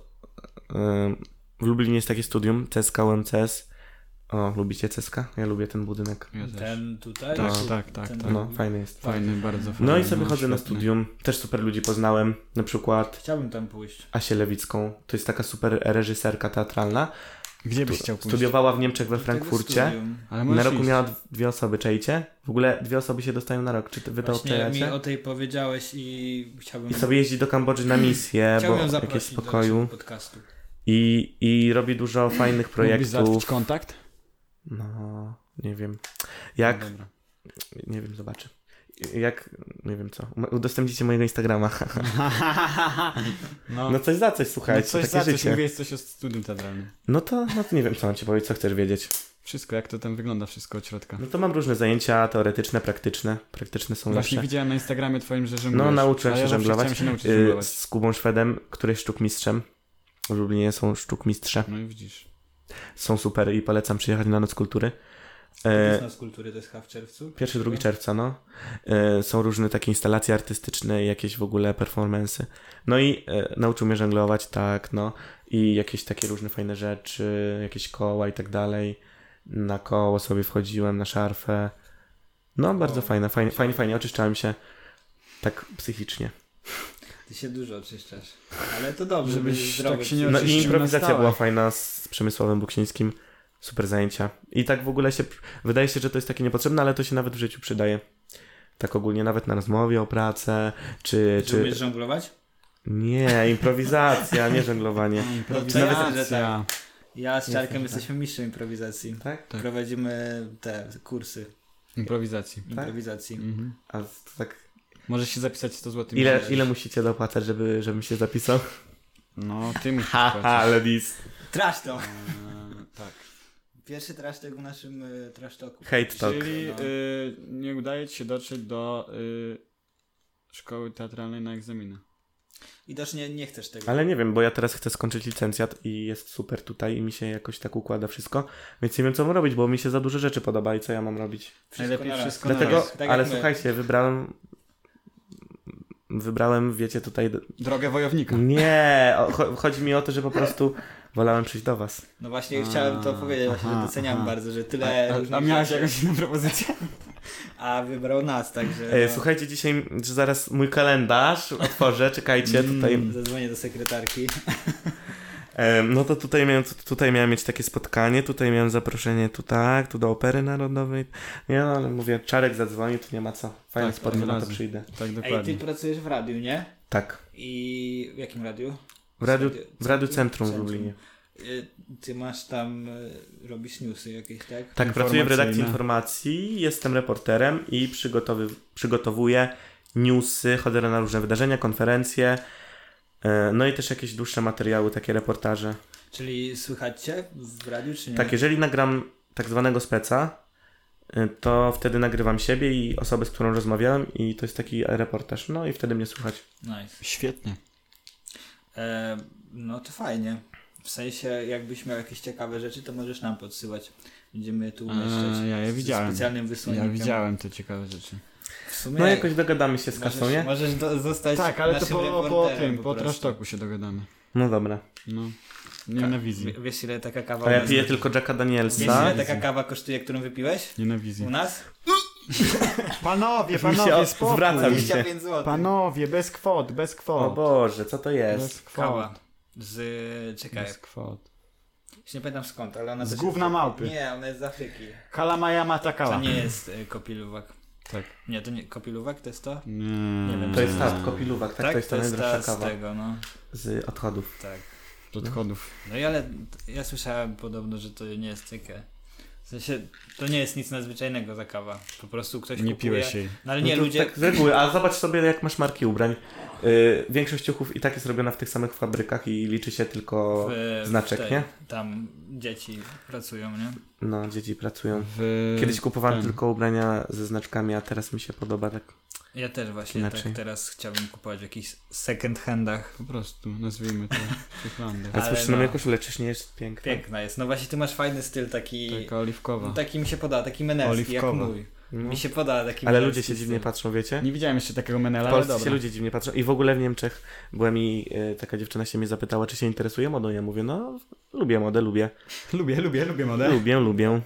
w Lublinie jest takie studium, CSK UMCS. O, lubicie CSK? Ja lubię ten budynek. Ja też. Ten tutaj? Tak, tak. Ten- No, fajny jest. Fajny, bardzo fajny. No i sobie chodzę na świetny. studium. Też super ludzi poznałem. Na przykład Chciałbym tam pójść. Asię Lewicką. To jest taka super reżyserka teatralna. Gdzie byś chciał pójść? Studiowała w Niemczech we Frankfurcie. Ale Na możesz roku iść. miała 2 osoby, czajcie? W ogóle 2 osoby się dostają na rok. Czy wy to Właśnie mi obczajacie? o tej powiedziałeś i chciałbym... I sobie jeździ do Kambodży na misję, Chciałbym bo ją jakieś zaprosić do spokoju. naszego podcastu. I robi dużo fajnych Mógłbyś projektów. załatwić kontakt? No, nie wiem. Jak... No dobra. Nie wiem, zobaczę. Jak... Nie wiem co. Udostępnicie mojego Instagrama. No coś za coś, słuchajcie. No coś takie za coś, życie. mówiłeś coś o studium teatralnym. No to nie wiem, co mam ci powiedzieć, co chcesz wiedzieć. Wszystko, jak to tam wygląda, wszystko od środka. No to mam różne zajęcia teoretyczne, praktyczne. Praktyczne są Właśnie lepsze. widziałem na Instagramie twoim, że żonglujesz. No, nauczyłem A się ja zawsze żonglować. Chciałem się nauczyć żonglować. Z Kubą Szwedem, który jest sztukmistrzem. W Lublinie są sztukmistrze. No i widzisz. Są super i polecam przyjechać na Noc Kultury. Noc Kultury to jest chyba w czerwcu? 1-2 czerwca, no. Są różne takie instalacje artystyczne i jakieś w ogóle performance'y. No i nauczył mnie żonglować, tak, no. I jakieś takie różne fajne rzeczy, jakieś koła i tak dalej. na koło sobie wchodziłem, na szarfę. No, bardzo fajnie, oczyszczałem się tak psychicznie. Ty się dużo oczyszczasz. Ale to dobrze, Żebyś zdrowy. tak się nie No i oczyścił na improwizacja stałe. była fajna z Przemysławem Buksińskim. Super zajęcia. I tak w ogóle wydaje się, że to jest takie niepotrzebne, ale to się nawet w życiu przydaje. Tak ogólnie nawet na rozmowie o pracę, czy... Umiesz żonglować? Nie, improwizacja, nie żonglowanie. Improwizacja. Ja z Czarkiem jesteśmy mistrzem improwizacji. Tak? Tak. Prowadzimy te kursy Improwizacji. improwizacji. Mhm. A tak... Możesz się zapisać 100 zł. Ile musicie dopłacać, żebym się zapisał? No, ty musisz Haha, płacić. Ledis. Trash to! Tak. Pierwszy trash talk w naszym trash talku. Hate talk. Czyli nie udaje ci się dotrzeć do szkoły teatralnej na egzaminy. Widocznie nie chcesz tego. Ale nie wiem, bo ja teraz chcę skończyć licencjat i jest super tutaj i mi się jakoś tak układa wszystko, więc nie wiem co mam robić, bo mi się za dużo rzeczy podoba i co ja mam robić. Najlepiej na raz. wszystko Dlatego, naraz. Tak ale jak my. słuchajcie, wybrałem, wiecie, tutaj... Drogę wojownika. Nie, chodzi mi o to, że po prostu wolałem przyjść do was. No właśnie chciałem to powiedzieć, właśnie, że doceniam bardzo, że tyle różnych A miałeś rzeczy, jakąś inną propozycję? a wybrał nas, także Słuchajcie, dzisiaj, że zaraz mój kalendarz otworzę, czekajcie, tutaj... zadzwonię do sekretarki. No to tutaj miałem mieć takie spotkanie, tutaj miałem zaproszenie tu do Opery Narodowej. Nie no, ale mówię, Czarek zadzwonił, to nie ma co. Fajny Tak, spotkanie, od na to razu. przyjdę. Tak, Ej, dokładnie. ty pracujesz w radiu, nie? Tak, I w jakim radiu? w Radiu Centrum w Lublinie. Ty masz tam, robisz newsy jakieś, tak? Tak, pracuję w redakcji Informacyjne. informacji, jestem reporterem i przygotowuję newsy, chodzę na różne wydarzenia, konferencje, no i też jakieś dłuższe materiały, takie reportaże. Czyli słychać cię w radiu, czy nie? Tak, jeżeli nagram tak zwanego speca, to wtedy nagrywam siebie i osobę, z którą rozmawiałem i to jest taki reportaż, no i wtedy mnie słuchać. Nice. Świetnie. No to fajnie. W sensie, jakbyś miał jakieś ciekawe rzeczy, to możesz nam podsyłać. Będziemy je tu umieszczać. Ja je z widziałem. specjalnym wysłannikiem. Ja widziałem te ciekawe rzeczy. W sumie No jakoś dogadamy się z kasą, nie? Możesz zostać Tak, ale to naszym po reporterem po prostu. trasztoku się dogadamy. No dobra. No. Nie na wizji. Wiesz ile taka kawa... A ja piję tylko Jacka Wiesz Danielsa. ile taka kawa kosztuje, którą wypiłeś? Nie na wizji. U nas? Panowie, zwraca mi się. 25 zł. Panowie, bez kwot, bez O kwot. Boże, co to jest? Bez kwot. Kawa. Czekaj, Bez kwot. już nie pamiętam skąd, ale ona Z też gówna jest... małpy. Nie, ona jest z Afryki. Halamayama To Takała. nie jest kopiluwak. Tak. Nie, to nie kopiluwak, to jest to? Nie wiem, To jest ta kopiluwak, tak? To jest ta ta najdroższa z kawa tego, no. z odchodów. Tak. Odchodów. No i ale ja słyszałem podobno, że to nie jest takie... W sensie, to nie jest nic nadzwyczajnego za kawa. Po prostu ktoś Nie kupuje... piłeś jej. No ale No nie, to ludzie... tak z reguły, a zobacz sobie jak masz marki ubrań. Większość ciuchów i tak jest robiona w tych samych fabrykach i liczy się tylko znaczek, nie? Tam dzieci pracują, nie? No, dzieci pracują. W... Kiedyś kupowałem ten. tylko ubrania ze znaczkami, a teraz mi się podoba tak. Ja też właśnie Inaczej. tak teraz chciałbym kupować w jakichś second handach. Po prostu, nazwijmy to Czechlandia. Ale A słyszysz na moją koszulę, czyż nie jest piękna? Piękna jest. No właśnie ty masz fajny styl taki... Taka oliwkowa. Taki mi się podoba, taki menelski jak Oliwkowa. mój. No. Mi się podoba taki Ale menelski ludzie się styl. dziwnie patrzą, wiecie? Nie widziałem jeszcze takiego menela, W ale Polsce dobra. się ludzie dziwnie patrzą. I w ogóle w Niemczech byłem i taka dziewczyna się mnie zapytała, czy się interesuje modą. Ja mówię, no lubię modę, lubię. Lubię modę. Lubię.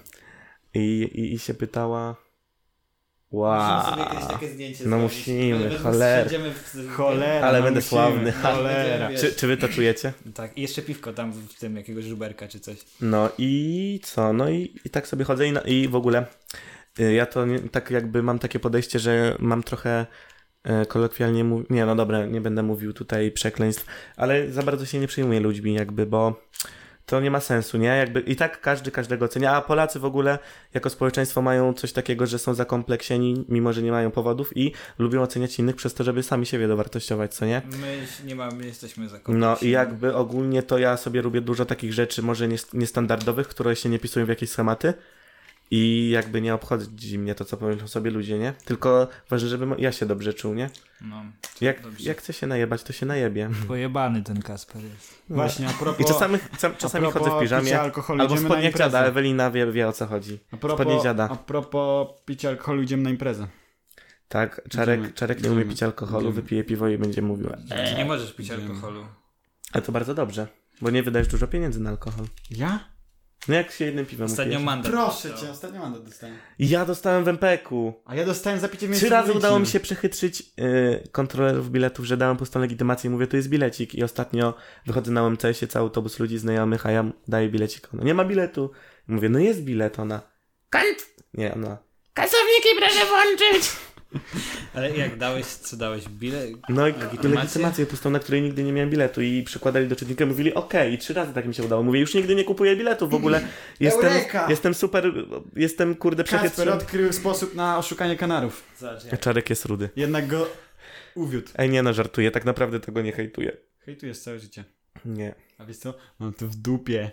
I się pytała... Musimy sobie Wow. jakieś takie zdjęcie No zrobić. musimy, My cholera. siedzimy w- Cholera, Ale no będę musimy. sławny. Cholera. Będziemy, Czy wy to czujecie? Tak, i jeszcze piwko tam w tym, jakiegoś żuberka czy coś. No i co? No i tak sobie chodzę i w ogóle ja to tak jakby mam takie podejście, że mam trochę kolokwialnie nie, no dobra, nie będę mówił tutaj przekleństw, ale za bardzo się nie przejmuję ludźmi jakby, bo to nie ma sensu, nie? Jakby i tak każdy każdego ocenia, a Polacy w ogóle jako społeczeństwo mają coś takiego, że są zakompleksieni, mimo że nie mają powodów i lubią oceniać innych przez to, żeby sami siebie dowartościować, co nie? My jesteśmy za No i jakby ogólnie to ja sobie lubię dużo takich rzeczy, może niestandardowych, które się nie pisują w jakieś schematy i jakby nie obchodzi mnie to, co pomyślą sobie ludzie, nie? Tylko ważne, żebym ja się dobrze czuł, nie? No, Jak chce się najebać, to się najebie. pojebany ten Kasper jest. Właśnie, a propos... I czasami a propos chodzę w piżamie, picia alkoholu, albo idziemy na spodnie imprezę. dziada, Ewelina wie o co chodzi. Spodnie dziada. A propos picia alkoholu, idziemy na imprezę. Tak, Czarek nie umie pić alkoholu, wypije piwo i będzie mówił. Ty nie możesz pić Idziemy. alkoholu. Ale to bardzo dobrze, bo nie wydajesz dużo pieniędzy na alkohol. Ja? No jak się jednym piwem Ostatnio upijesz? mandat. Proszę cię, ostatnio mandat dostałem. Ja dostałem w MPK-u. A ja dostałem za picie w 3 miejscu razy publicznym. udało mi się przechytrzyć kontrolerów biletów, że dałem pustą legitymację i mówię, to jest bilecik. I ostatnio wychodzę na UMCS-ie, cały autobus ludzi znajomych, a ja daję bilecik. Ona, nie ma biletu. Mówię, no jest bilet. Ona, nie, ona, kasowniki proszę włączyć. Ale jak dałeś, co dałeś? Bilet? No i Legitymację? legitymację pustą, na której nigdy nie miałem biletu i przykładali do czytnika i mówili okej, i 3 razy tak mi się udało. Mówię, już nigdy nie kupuję biletów w ogóle. Eureka! Jestem super, jestem kurde Kasper przechytrzony. odkrył sposób na oszukanie kanarów. Zobacz, jak. Czarek jest rudy. Jednak go uwiódł. Ej, nie no, żartuję, tak naprawdę tego nie hejtuję. Hejtujesz całe życie. Nie. A wiesz co? Mam to w dupie.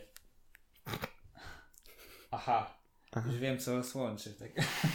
Aha. Już wiem, co was łączy. Tak.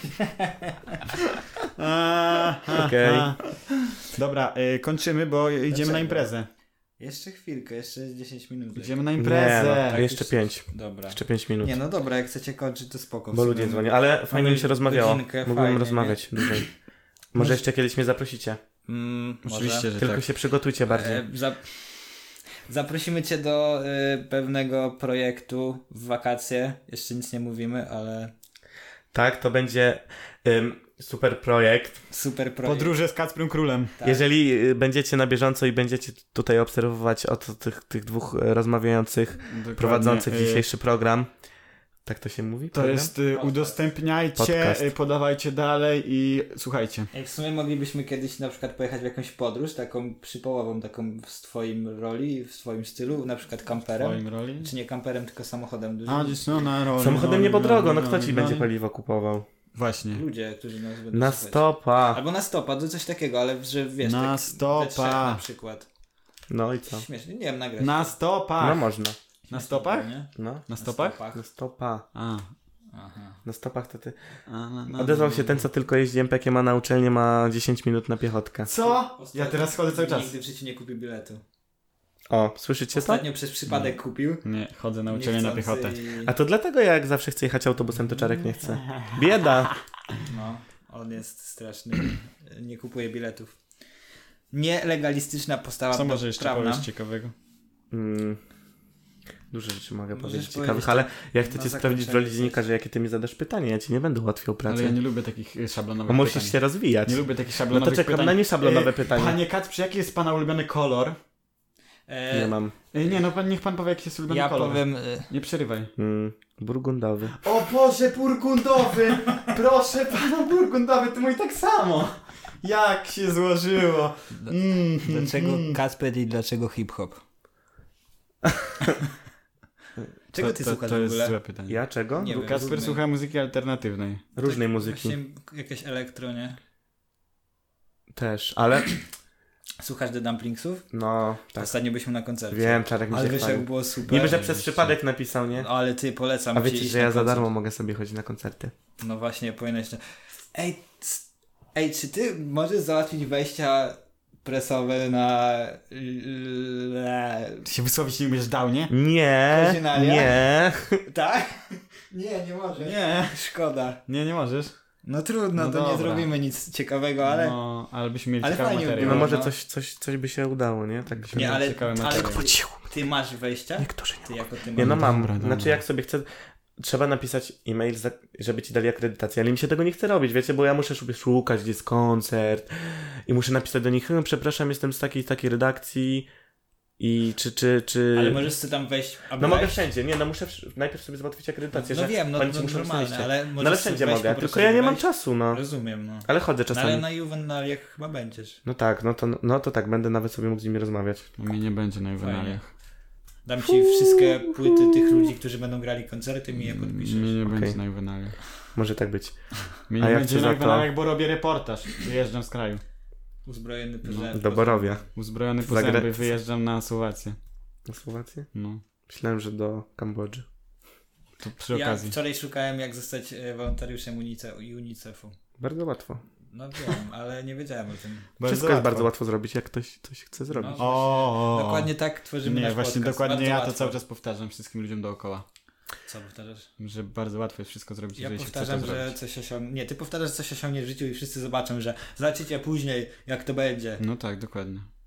Okej. Dobra, kończymy, bo idziemy Dlaczego? na imprezę. Jeszcze chwilkę, jeszcze 10 minut. Idziemy na Nie, imprezę. no, jeszcze 5. Dobra. Jeszcze 5 minut. Nie, no dobra, jak chcecie kończyć, to spoko. Bo ludzie dzwonią, ale fajnie mi się rozmawiało. Mógłbym fajnie, rozmawiać dłużej. Może jeszcze kiedyś mnie zaprosicie. Oczywiście, że Tylko tak. się przygotujcie bardziej. Zaprosimy cię do pewnego projektu w wakacje. Jeszcze nic nie mówimy, ale Tak, to będzie super projekt. super projekt. Podróże z Kacprem Królem. Tak. Jeżeli będziecie na bieżąco i będziecie tutaj obserwować od tych dwóch rozmawiających, Dokładnie. prowadzących dzisiejszy program. Tak to się mówi? To program? jest udostępniajcie, Podcast. podawajcie dalej i słuchajcie. Ej, w sumie moglibyśmy kiedyś na przykład pojechać w jakąś podróż, taką przypołową, taką w twoim roli, w swoim stylu, na przykład W kamperem. swoim roli. Czy nie kamperem, tylko samochodem dużym. A, dziś no na roli. Samochodem nie po drogo, no kto ci roli. będzie paliwo kupował? Właśnie. Ludzie, którzy nas będą Na słuchać. stopa. Albo na stopa, to coś takiego, ale że wiesz, Na tak stopa. we trzech na przykład. No i co? Śmiesznie, nie wiem, nagrać. Na No stopach. można. Na stopach? Nie? No. Na stopach? Na stopa. A. Aha. Na stopach to ty. No. Odezwał się ten, co tylko jeździ MPK, ma na uczelnię, ma 10 minut na piechotkę. Co? Ja teraz chodzę cały czas. Nigdy w życiu nie kupił biletu. O, słyszycie to? Ostatnio przez przypadek kupił. Nie, chodzę na uczelnię na Niechcący piechotę. i- A to dlatego ja jak zawsze chcę jechać autobusem, to Czarek nie chce. Bieda. No, on jest straszny. Nie kupuje biletów. Nielegalistyczna postawa Co może jeszcze prawna. powiesz ciekawego? Dużo rzeczy mogę Możesz powiedzieć powiedzieć ciekawych, ale ja chcę na cię sprawdzić w roli zakończenie dziennikarza, jakie ty mi zadasz pytanie, ja ci nie będę ułatwiał pracy. Ale ja nie lubię takich szablonowych Bo musisz pytań. się rozwijać. Nie lubię takich No szablonowych to czekam pytań. na nieszablonowe pytanie. Panie Kacprze, jaki jest pana ulubiony kolor? Nie mam. Nie, no niech pan powie, jaki jest ulubiony Ja kolor. powiem... Nie przerywaj. Burgundowy. O Boże, burgundowy! Proszę pana, burgundowy, to mój tak samo. Jak się złożyło. Dlaczego Kacper i dlaczego hip-hop? Czego ty słuchasz to w jest ogóle? złe pytanie. Ja czego? Nie Bo wiem, Kacper różnej. słucha muzyki alternatywnej. Różnej Tak, muzyki. Właśnie jakieś elektro, nie? Też, ale Słuchasz The Dumplingsów? no, tak. Ostatnio byliśmy na koncercie. Wiem, Czarek mi Ale się wiesz, jak chwalił. było super. Niby, że przez przypadek napisał, nie? No, ale ty, polecam A ci wiecie, iść że na ja za koncert. darmo mogę sobie chodzić na koncerty. No właśnie, powinieneś... Ej, czy ty możesz załatwić wejścia presowe na... Ty się wysłowić nie umiesz dał, nie? Nie, Kozinalia? nie. Tak? Nie może. Nie. Szkoda. Nie możesz. No trudno, No to dobra. nie zrobimy nic ciekawego, ale... No, ale byśmy mieli Ale ciekawy fajnie by materiał. No było. może No. coś by się udało, nie? Tak byśmy Nie, mieli ale, ciekawy ale materiał. ty masz wejścia? Niektórzy nie. Ty jako ty Nie, no masz. mam. Dobra, dobra. Znaczy jak sobie chcę... Trzeba napisać e-mail, żeby ci dali akredytację, ale mi się tego nie chce robić, wiecie, bo ja muszę sobie szukać, gdzie jest koncert i muszę napisać do nich, przepraszam, jestem z takiej redakcji i czy... Ale możesz sobie tam wejść... No mogę wszędzie, nie, no muszę najpierw sobie załatwić akredytację, No że wiem, no, oni ci no muszą normalne, przejść. ale No możesz ale sobie wszędzie wejść mogę, po tylko prostu, ja nie mam wejść. czasu, no. Rozumiem, no. Ale chodzę No, czasami. ale na juwenaliach chyba będziesz. No tak, no to tak, będę nawet sobie mógł z nimi rozmawiać. Mnie nie będzie na juwenaliach. Dam ci wszystkie płyty tych ludzi, którzy będą grali koncerty, mi je podpiszesz. Mnie nie będzie Okej. na juwenaliach. Może tak być. Mnie A nie jak będzie chcę na za to- juwenaliach, bo robię reportaż. Wyjeżdżam z kraju. Uzbrojony No, prezent. Do Borowia. Uzbrojony po Zagra- zęby wyjeżdżam na Słowację. Na Słowację? No, Myślałem, że do Kambodży. to przy Ja okazji. wczoraj szukałem, jak zostać wolontariuszem UNICEF-u. Bardzo łatwo. No wiem, ale nie wiedziałem o tym. Wszystko jest bardzo łatwo zrobić, jak ktoś coś chce zrobić. No. O. Dokładnie tak tworzymy Nie, nasz właśnie podcast. dokładnie Bardzo ja łatwo. to cały czas powtarzam wszystkim ludziom dookoła. Co powtarzasz? Że bardzo łatwo jest wszystko zrobić, Ja jeżeli się chce to powtarzam, że zrobić. coś osiągnie. Nie, ty powtarzasz, że coś osiągniesz w życiu i wszyscy zobaczą, że zobaczycie później, jak to będzie. No tak, dokładnie.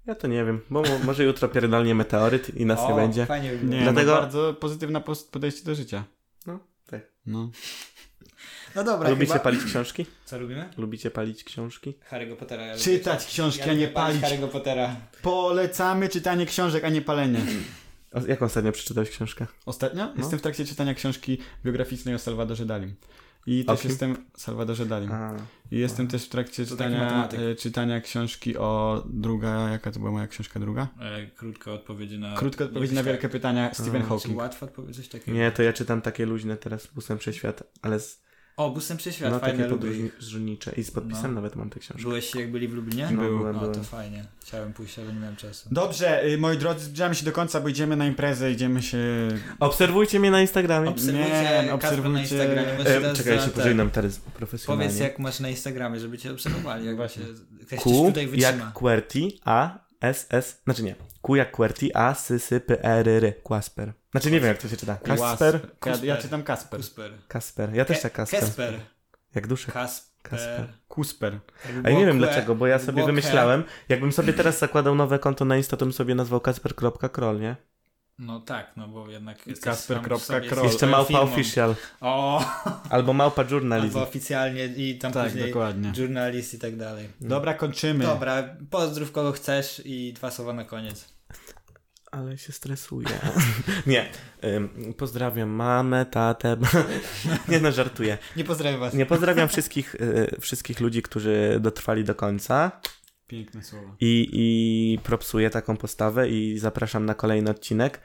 Ja to nie wiem, bo może jutro pierdolnie meteoryt i nas nie będzie. Fajnie by było. Nie, Dlatego- no bardzo pozytywne podejście do życia. No, tak. No. No dobra, Lubicie chyba... palić książki? Co lubimy? Lubicie palić książki? Harry'ego Pottera. Ja lubię. Czytać książki, Ja a nie lubię palić palić. Harry'ego Pottera. Polecamy czytanie książek, a nie palenie. Jaką ostatnio przeczytałeś książkę? Ostatnio jestem w trakcie czytania książki biograficznej o Salvadorze Dalim. I O też kim? jestem Salvadorze Dalim. A, I jestem też w trakcie To taki matematyk. czytania książki o jaka to była moja książka druga? Krótkie odpowiedzi na... Krótkie odpowiedzi na wielkie pytania, Stephen Czy Hawking. łatwo odpowiedzieć coś takiego? nie, to ja czytam takie luźne teraz busem przez świat, ale O, Busem przez świat, no fajne, takie lubię ich. podróżnicze i z podpisem No. nawet mam tę książkę. Byłeś jak byli w Lublinie? No, Byłem. O, to fajnie. Chciałem pójść, ale nie miałem czasu. Dobrze, moi drodzy, zbliżamy się do końca, bo idziemy na imprezę, idziemy się... Obserwujcie mnie na Instagramie. Obserwujcie Kacpra na Instagramie. Możecie teraz Czekaj, się tak. pożegnam teraz profesjonalnie. Powiedz jak masz na Instagramie, żeby cię obserwowali. Jak Właśnie. ktoś Q tutaj wytrzyma. jak QWERTY, A, S, S, znaczy nie. Q jak QWERTY, A, S, S, P, R, R, Kasper. Znaczy nie wiem jak to się czyta. Kasper? Ja czytam Kasper. Kusper. Kasper. Ja też tak Kasper. Kesper. Jak duszek. Kasper. Kasper. Kusper. A ja nie wiem dlaczego, bo ja sobie wymyślałem, jakbym sobie teraz zakładał nowe konto na Insta, to bym sobie nazwał kasper.kroll, nie? No tak, no bo jednak jesteś Kasper.kroll. sam sobie Jeszcze swoją małpa firmą. official. O, Albo małpa journalism. albo oficjalnie i tam Tak, później dokładnie. journalist i tak dalej. Dobra, kończymy. Dobra, pozdrów kogo chcesz i 2 słowa na koniec. Ale się stresuję. Nie. Pozdrawiam mamę, tatę. Nie no, żartuję. Nie pozdrawiam was. Nie, pozdrawiam wszystkich ludzi, którzy dotrwali do końca. Piękne słowa. I propsuję taką postawę i zapraszam na kolejny odcinek.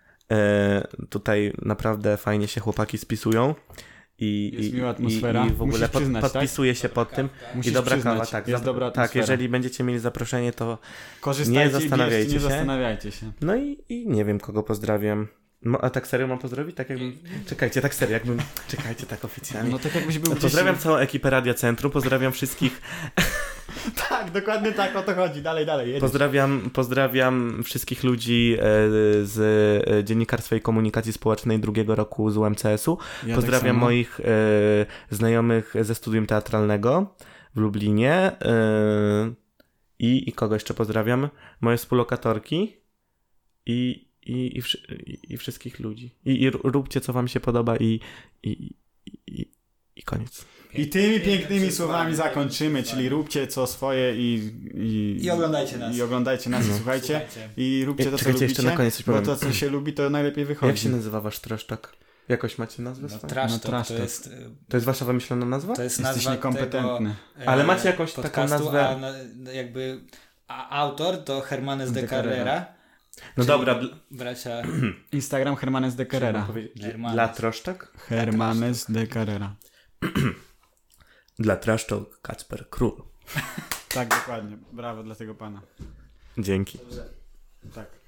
Tutaj naprawdę fajnie się chłopaki spisują. Jest miła atmosfera. I w ogóle Musisz przyznać, podpisuję się pod tym. Musisz I dobra przyznać, kawa, tak. jest dobra tak, atmosfera. jeżeli będziecie mieli zaproszenie, to Korzystajcie nie zastanawiajcie i bierzcie, się. nie zastanawiajcie się. no i nie wiem, kogo pozdrawiam. A tak serio mam pozdrowić? Tak jakbym... Czekajcie, tak serio, jakbym... Czekajcie, tak oficjalnie. No tak jakbyś był Pozdrawiam gdzieś... całą ekipę Radia Centrum, pozdrawiam wszystkich... Tak, dokładnie tak, o to chodzi. Dalej, jedziesz. Pozdrawiam wszystkich ludzi z Dziennikarstwa i Komunikacji Społecznej drugiego roku z UMCS-u. Ja Pozdrawiam tak samo. moich znajomych ze studium teatralnego w Lublinie. I kogo jeszcze pozdrawiam? Moje współlokatorki i wszystkich ludzi. I róbcie, co wam się podoba i koniec. I tymi pięknymi słowami zakończymy, czyli róbcie co swoje I oglądajcie nas. I oglądajcie nas, i słuchajcie. I róbcie to, co Czekajcie, lubicie, jeszcze na koniec coś bo powiem. to, co się lubi, to najlepiej wychodzi. Jak się nazywa wasz troszczak? Jakoś macie nazwę No, swoją? trash No, talk, trash to talk. jest... To jest wasza wymyślona nazwa? To jest Jesteś nazwa niekompetentny. tego, Ale macie jakąś taką podcastu, nazwę? A autor to Hermanes de De Carrera. Carrera. No czyli dobra, bracia Instagram Hermanes de Carrera. Hermanes. Dla troszczak? Hermanes de Carrera. Dla trash talk Kacper Król. Tak, dokładnie. Brawo dla tego pana. Dzięki. Tak.